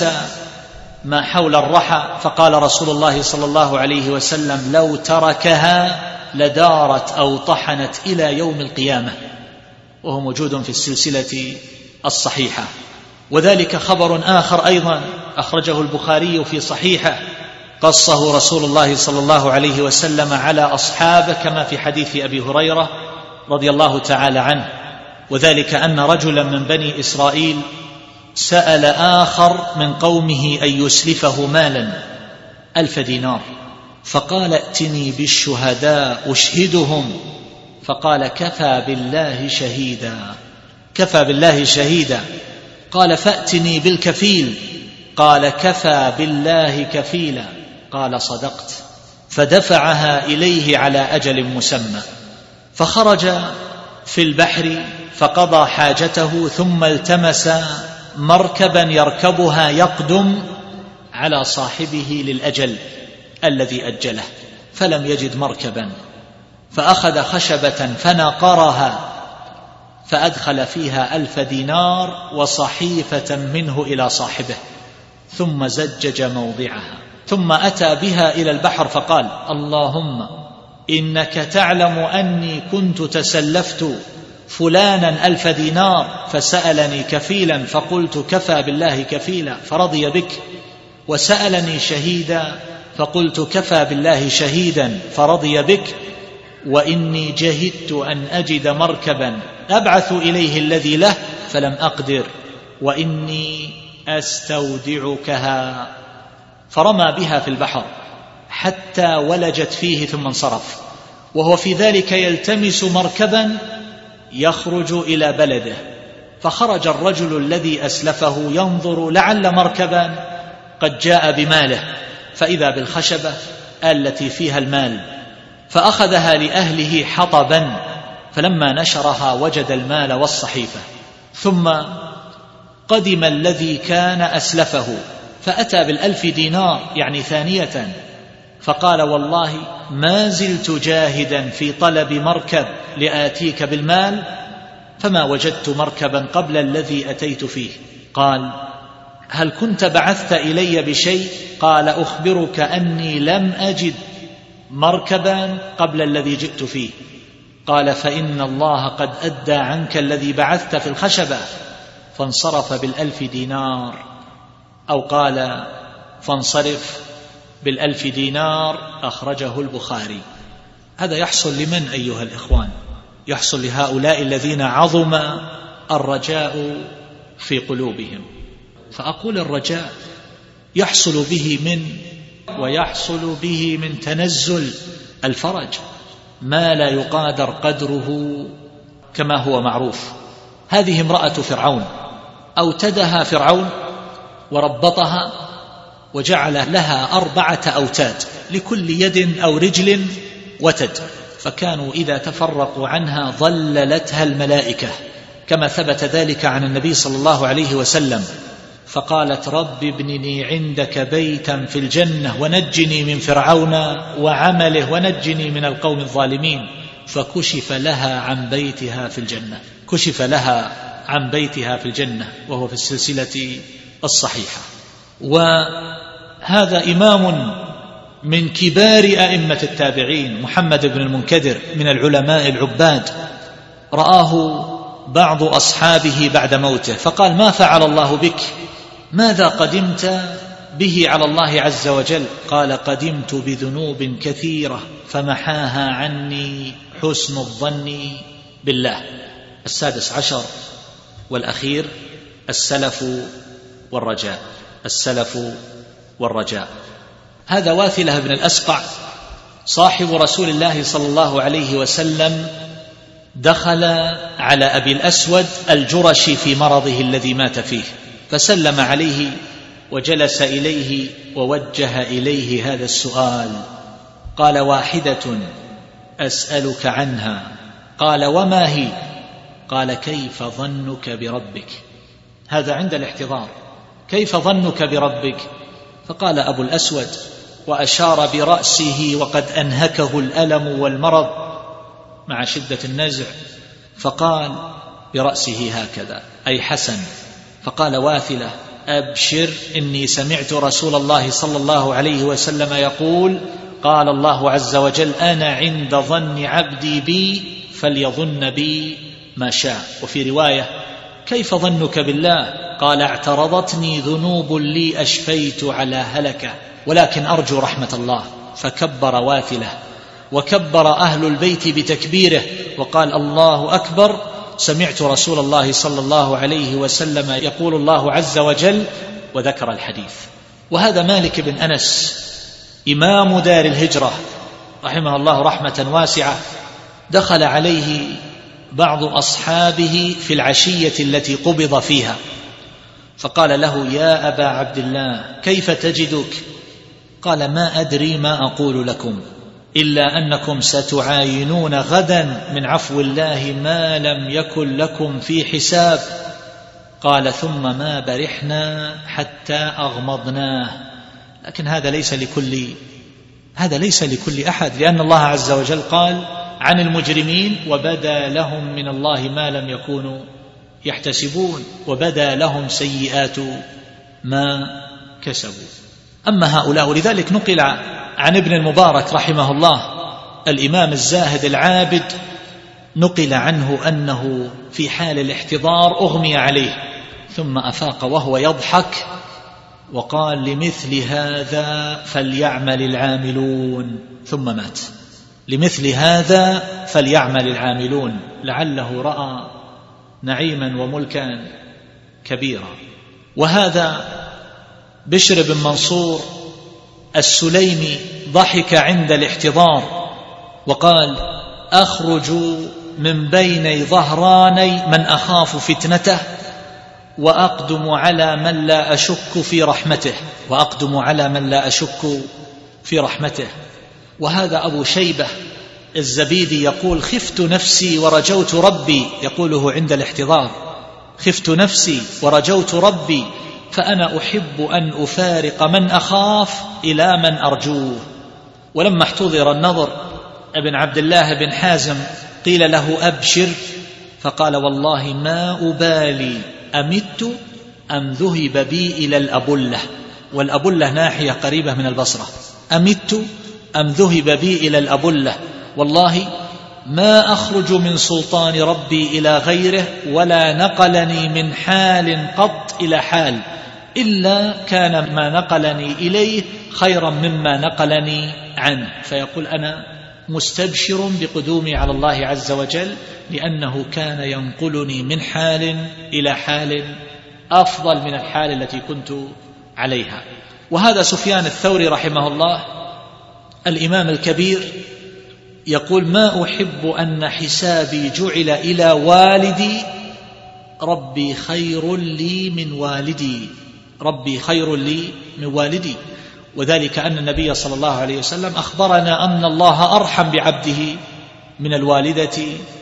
ما حول الرحى، فقال رسول الله صلى الله عليه وسلم: لو تركها لدارت أو طحنت إلى يوم القيامة، وهو موجود في السلسلة الصحيحة. وذلك خبر آخر أيضا أخرجه البخاري في صحيحه، قصه رسول الله صلى الله عليه وسلم على أصحابه كما في حديث أبي هريرة رضي الله تعالى عنه، وذلك أن رجلا من بني إسرائيل سأل آخر من قومه أن يسلفه مالا ألف دينار، فقال: ائتني بالشهداء أشهدهم. فقال: كفى بالله شهيدا كفى بالله شهيدا. قال: فأتني بالكفيل. قال: كفى بالله كفيلا. قال: صدقت. فدفعها إليه على أجل مسمى، فخرج في البحر فقضى حاجته، ثم التمس مركبا يركبها يقدم على صاحبه للأجل الذي أجله، فلم يجد مركبا، فأخذ خشبة فنقرها فأدخل فيها ألف دينار وصحيفة منه إلى صاحبه، ثم زجج موضعها، ثم أتى بها إلى البحر فقال: اللهم إنك تعلم أني كنت تسلفت فلانا ألف دينار فسألني كفيلا فقلت كفى بالله كفيلا فرضي بك، وسألني شهيدا فقلت كفى بالله شهيدا فرضي بك، وإني جهدت أن أجد مركبا أبعث إليه الذي له فلم أقدر، وإني أستودعكها، فرمى بها في البحر حتى ولجت فيه ثم انصرف، وهو في ذلك يلتمس مركبا يخرج إلى بلده، فخرج الرجل الذي أسلفه ينظر لعل مركبا قد جاء بماله، فإذا بالخشبة التي فيها المال، فأخذها لأهله حطبا، فلما نشرها وجد المال والصحيفة. ثم قدم الذي كان أسلفه فأتى بالألف دينار يعني ثانية، فقال والله ما زلت جاهدا في طلب مركب لآتيك بالمال، فما وجدت مركبا قبل الذي أتيت فيه. قال هل كنت بعثت إلي بشيء؟ قال أخبرك أني لم أجد مركبا قبل الذي جئت فيه. قال فإن الله قد أدى عنك الذي بعثت في الخشبة، فانصرف بالألف دينار، أو قال فانصرف بالألف دينار، أخرجه البخاري. هذا يحصل لمن أيها الإخوان؟ يحصل لهؤلاء الذين عظم الرجاء في قلوبهم. فأقول الرجاء يحصل به من ويحصل به من تنزل الفرج ما لا يقادر قدره كما هو معروف. هذه امرأة فرعون أوتدها فرعون وربطها وجعل لها أربعة أوتاد لكل يد أو رجل وتد، فكانوا إذا تفرقوا عنها ظللتها الملائكة، كما ثبت ذلك عن النبي صلى الله عليه وسلم. فقالت رب ابنني عندك بيتا في الجنة ونجني من فرعون وعمله ونجني من القوم الظالمين، فكشف لها عن بيتها في الجنة، كشف لها عن بيتها في الجنة، وهو في السلسلة الصحيحة. وهذا إمام من كبار أئمة التابعين محمد بن المنكدر من العلماء العباد، رآه بعض أصحابه بعد موته فقال ما فعل الله بك؟ ماذا قدمت به على الله عز وجل؟ قال قدمت بذنوب كثيرة فمحاها عني حسن الظن بالله. السادس عشر والأخير السلف والرجاء. السلف والرجاء هذا واثلة بن الأسقع صاحب رسول الله صلى الله عليه وسلم دخل على أبي الأسود الجرشي في مرضه الذي مات فيه، فسلم عليه وجلس إليه ووجه إليه هذا السؤال، قال واحدة أسألك عنها. قال وما هي؟ قال كيف ظنك بربك؟ هذا عند الاحتضار، كيف ظنك بربك؟ فقال أبو الأسود وأشار برأسه وقد أنهكه الألم والمرض مع شدة النزع، فقال برأسه هكذا أي حسن. فقال واثلة أبشر إني سمعت رسول الله صلى الله عليه وسلم يقول قال الله عز وجل أنا عند ظن عبدي بي فليظن بي ما شاء. وفي رواية كيف ظنك بالله؟ قال اعترضتني ذنوب لي أشفيت على هلكة ولكن أرجو رحمة الله. فكبر واثلة وكبر أهل البيت بتكبيره وقال الله أكبر، سمعت رسول الله صلى الله عليه وسلم يقول الله عز وجل، وذكر الحديث. وهذا مالك بن أنس إمام دار الهجرة رحمه الله رحمة واسعة، دخل عليه بعض أصحابه في العشية التي قبض فيها فقال له يا أبا عبد الله كيف تجدك؟ قال ما أدري ما أقول لكم إلا أنكم ستعاينون غدا من عفو الله ما لم يكن لكم في حساب. قال ثم ما برحنا حتى أغمضناه. لكن هذا ليس لكل هذا ليس لكل أحد، لأن الله عز وجل قال عن المجرمين وبدا لهم من الله ما لم يكونوا يحتسبون وبدا لهم سيئات ما كسبوا. أما هؤلاء، ولذلك نقل عن ابن المبارك رحمه الله الإمام الزاهد العابد، نقل عنه أنه في حال الاحتضار أغمي عليه ثم أفاق وهو يضحك وقال لمثل هذا فليعمل العاملون، ثم مات. لمثل هذا فليعمل العاملون، لعله رأى نعيما وملكا كبيرا. وهذا بشر بن منصور السليمي ضحك عند الاحتضار وقال: أخرج من بين ظهراني من أخاف فتنته وأقدم على من لا أشك في رحمته وأقدم على من لا أشك في رحمته. وهذا أبو شيبة الزبيدي يقول: خفت نفسي ورجوت ربي، يقوله عند الاحتضار: خفت نفسي ورجوت ربي فأنا أحب أن أفارق من أخاف إلى من أرجوه. ولما احتضر النضر ابن عبد الله بن حازم قيل له: أبشر، فقال: والله ما أبالي أمت أم ذهب بي إلى الأبلة، والأبلة ناحية قريبة من البصرة، أمت أم ذهب بي إلى الأبلة، والله ما أخرج من سلطان ربي إلى غيره ولا نقلني من حال قط إلى حال إلا كان ما نقلني إليه خيرا مما نقلني عنه. فيقول: أنا مستبشر بقدومي على الله عز وجل لأنه كان ينقلني من حال إلى حال أفضل من الحال التي كنت عليها. وهذا سفيان الثوري رحمه الله الإمام الكبير يقول: ما أحب أن حسابي جعل إلى والدي، ربي خير لي من والدي، ربي خير لي من والدي. وذلك أن النبي صلى الله عليه وسلم أخبرنا أن الله أرحم بعبده من الوالدة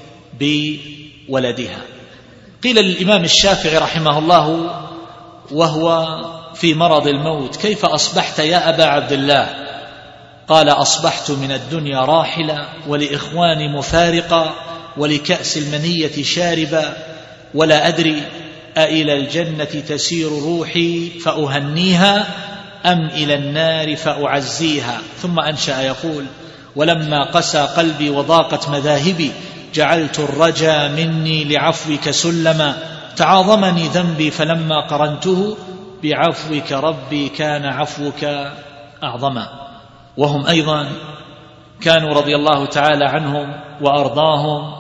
بولدها. قيل للإمام الشافعي رحمه الله وهو في مرض الموت: كيف أصبحت يا أبا عبد الله؟ قال: أصبحت من الدنيا راحلا، ولإخواني مفارقا، ولكأس المنية شاربا، ولا أدري أإلى الجنة تسير روحي فأهنيها أم إلى النار فأعزيها. ثم أنشأ يقول: ولما قسى قلبي وضاقت مذاهبي جعلت الرجا مني لعفوك سلما، تعاظمني ذنبي فلما قرنته بعفوك ربي كان عفوك أعظما. وهم أيضا كانوا رضي الله تعالى عنهم وأرضاهم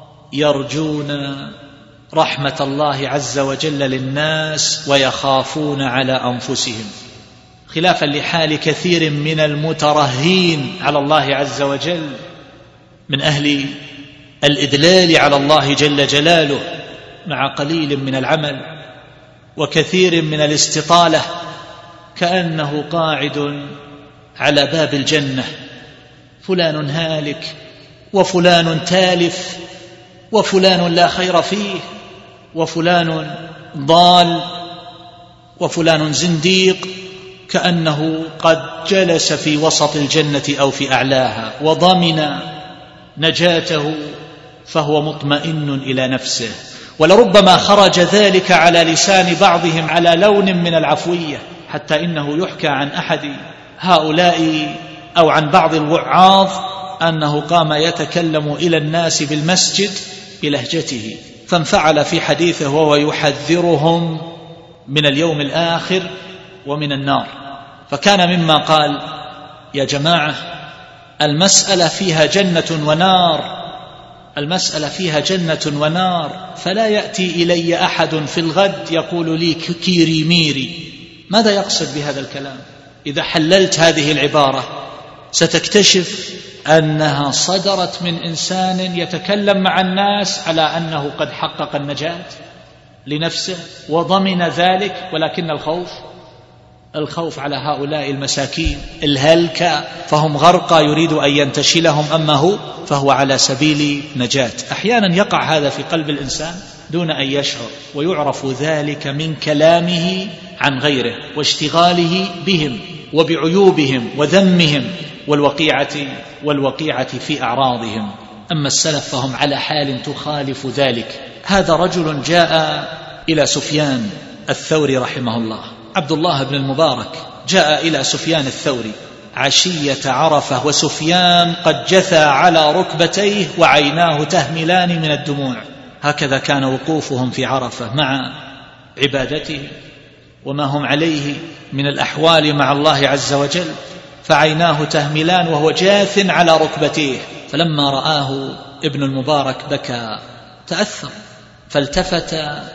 يرجون رحمة الله عز وجل للناس ويخافون على أنفسهم، خلافا لحال كثير من المترهين على الله عز وجل من أهل الإدلال على الله جل جلاله مع قليل من العمل وكثير من الاستطالة، كأنه قاعد على باب الجنة، فلان هالك وفلان تالف وفلان لا خير فيه وفلان ضال وفلان زنديق، كأنه قد جلس في وسط الجنة أو في أعلاها وضمن نجاته فهو مطمئن إلى نفسه. ولربما خرج ذلك على لسان بعضهم على لون من العفوية، حتى إنه يحكى عن أحد هؤلاء أو عن بعض الوعاظ أنه قام يتكلم إلى الناس بالمسجد بلهجته، فانفعل في حديثه وهو يحذرهم من اليوم الآخر ومن النار. فكان مما قال: يا جماعة، المسألة فيها جنة ونار، المسألة فيها جنة ونار، فلا يأتي إلي أحد في الغد يقول لي كيري ميري. ماذا يقصد بهذا الكلام؟ إذا حللت هذه العبارة ستكتشف أنها صدرت من إنسان يتكلم مع الناس على أنه قد حقق النجاة لنفسه وضمن ذلك، ولكن الخوف الخوف على هؤلاء المساكين الهلكة، فهم غرقى يريد أن ينتشلهم، أما هو فهو على سبيل نجاة. أحيانا يقع هذا في قلب الإنسان دون أن يشعر، ويعرف ذلك من كلامه عن غيره واشتغاله بهم وبعيوبهم وذمهم والوقيعة والوقيعة في أعراضهم. أما السلف فهم على حال تخالف ذلك. هذا رجل جاء إلى سفيان الثوري رحمه الله، عبد الله بن المبارك، جاء إلى سفيان الثوري عشية عرفة وسفيان قد جثى على ركبتيه وعيناه تهملان من الدموع. هكذا كان وقوفهم في عرفة مع عبادته وما هم عليه من الأحوال مع الله عز وجل، فعيناه تهملان وهو جاث على ركبتيه. فلما رآه ابن المبارك بكى، تأثر، فالتفت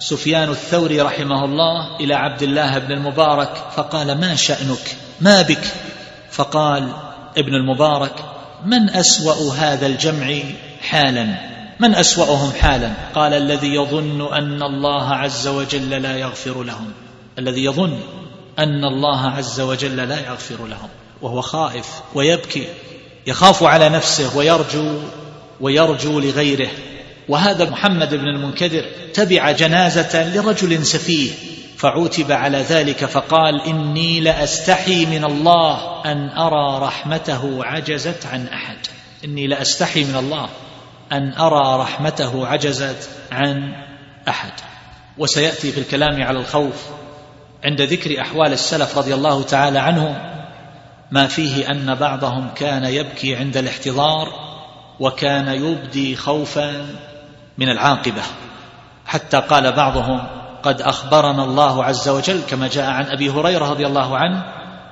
سفيان الثوري رحمه الله إلى عبد الله بن المبارك فقال: ما شأنك؟ ما بك؟ فقال ابن المبارك: من أسوأ هذا الجمع حالا؟ من أسوأهم حالا؟ قال: الذي يظن أن الله عز وجل لا يغفر لهم، الذي يظن أن الله عز وجل لا يغفر لهم، وهو خائف ويبكي، يخاف على نفسه ويرجو ويرجو لغيره. وهذا محمد بن المنكدر تبع جنازة لرجل سفيه فعوتب على ذلك فقال: إني لأستحي من الله أن أرى رحمته عجزت عن أحد. إني لأستحي من الله أن أرى رحمته عجزت عن أحد. وسيأتي في الكلام على الخوف عند ذكر أحوال السلف رضي الله تعالى عنهم ما فيه أن بعضهم كان يبكي عند الاحتضار وكان يبدي خوفا من العاقبة، حتى قال بعضهم: قد أخبرنا الله عز وجل كما جاء عن أبي هريرة رضي الله عنه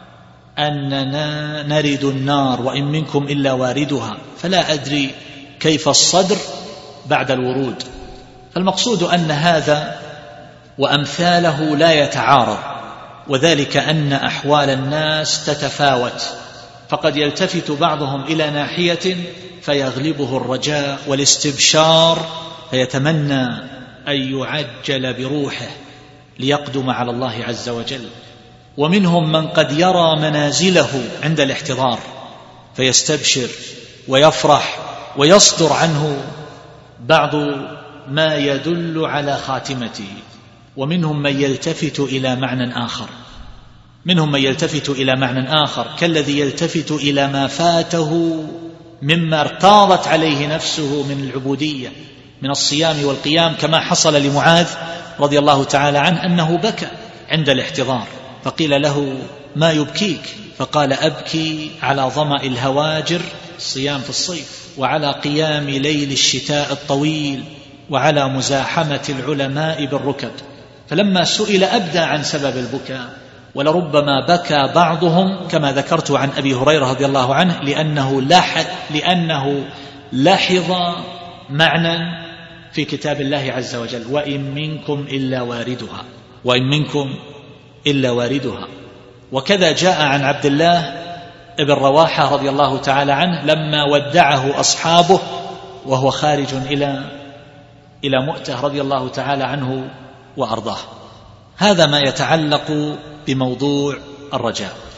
أننا نرد النار وإن منكم إلا واردها، فلا أدري كيف الصدر بعد الورود. فالمقصود أن هذا وأمثاله لا يتعارض، وذلك أن أحوال الناس تتفاوت، فقد يلتفت بعضهم إلى ناحية فيغلبه الرجاء والاستبشار فيتمنى أن يعجل بروحه ليقدم على الله عز وجل، ومنهم من قد يرى منازله عند الاحتضار فيستبشر ويفرح ويصدر عنه بعض ما يدل على خاتمته. ومنهم من يلتفت إلى معنى آخر منهم من يلتفت إلى معنى آخر كالذي يلتفت إلى ما فاته مما ارتاضت عليه نفسه من العبودية من الصيام والقيام، كما حصل لمعاذ رضي الله تعالى عنه أنه بكى عند الاحتضار فقيل له: ما يبكيك؟ فقال: أبكي على ظمأ الهواجر، الصيام في الصيف، وعلى قيام ليل الشتاء الطويل، وعلى مزاحمة العلماء بالركب. فلما سئل أبدى عن سبب البكاء، ولربما بكى بعضهم كما ذكرت عن أبي هريرة رضي الله عنه لأنه لاحظ, لأنه لاحظ معنى في كتاب الله عز وجل: وإن منكم إلا واردها، وإن منكم إلا واردها. وكذا جاء عن عبد الله ابن رواحة رضي الله تعالى عنه لما ودعه أصحابه وهو خارج إلى إلى مؤتة رضي الله تعالى عنه وأرضاه. هذا ما يتعلق بموضوع الرجاء.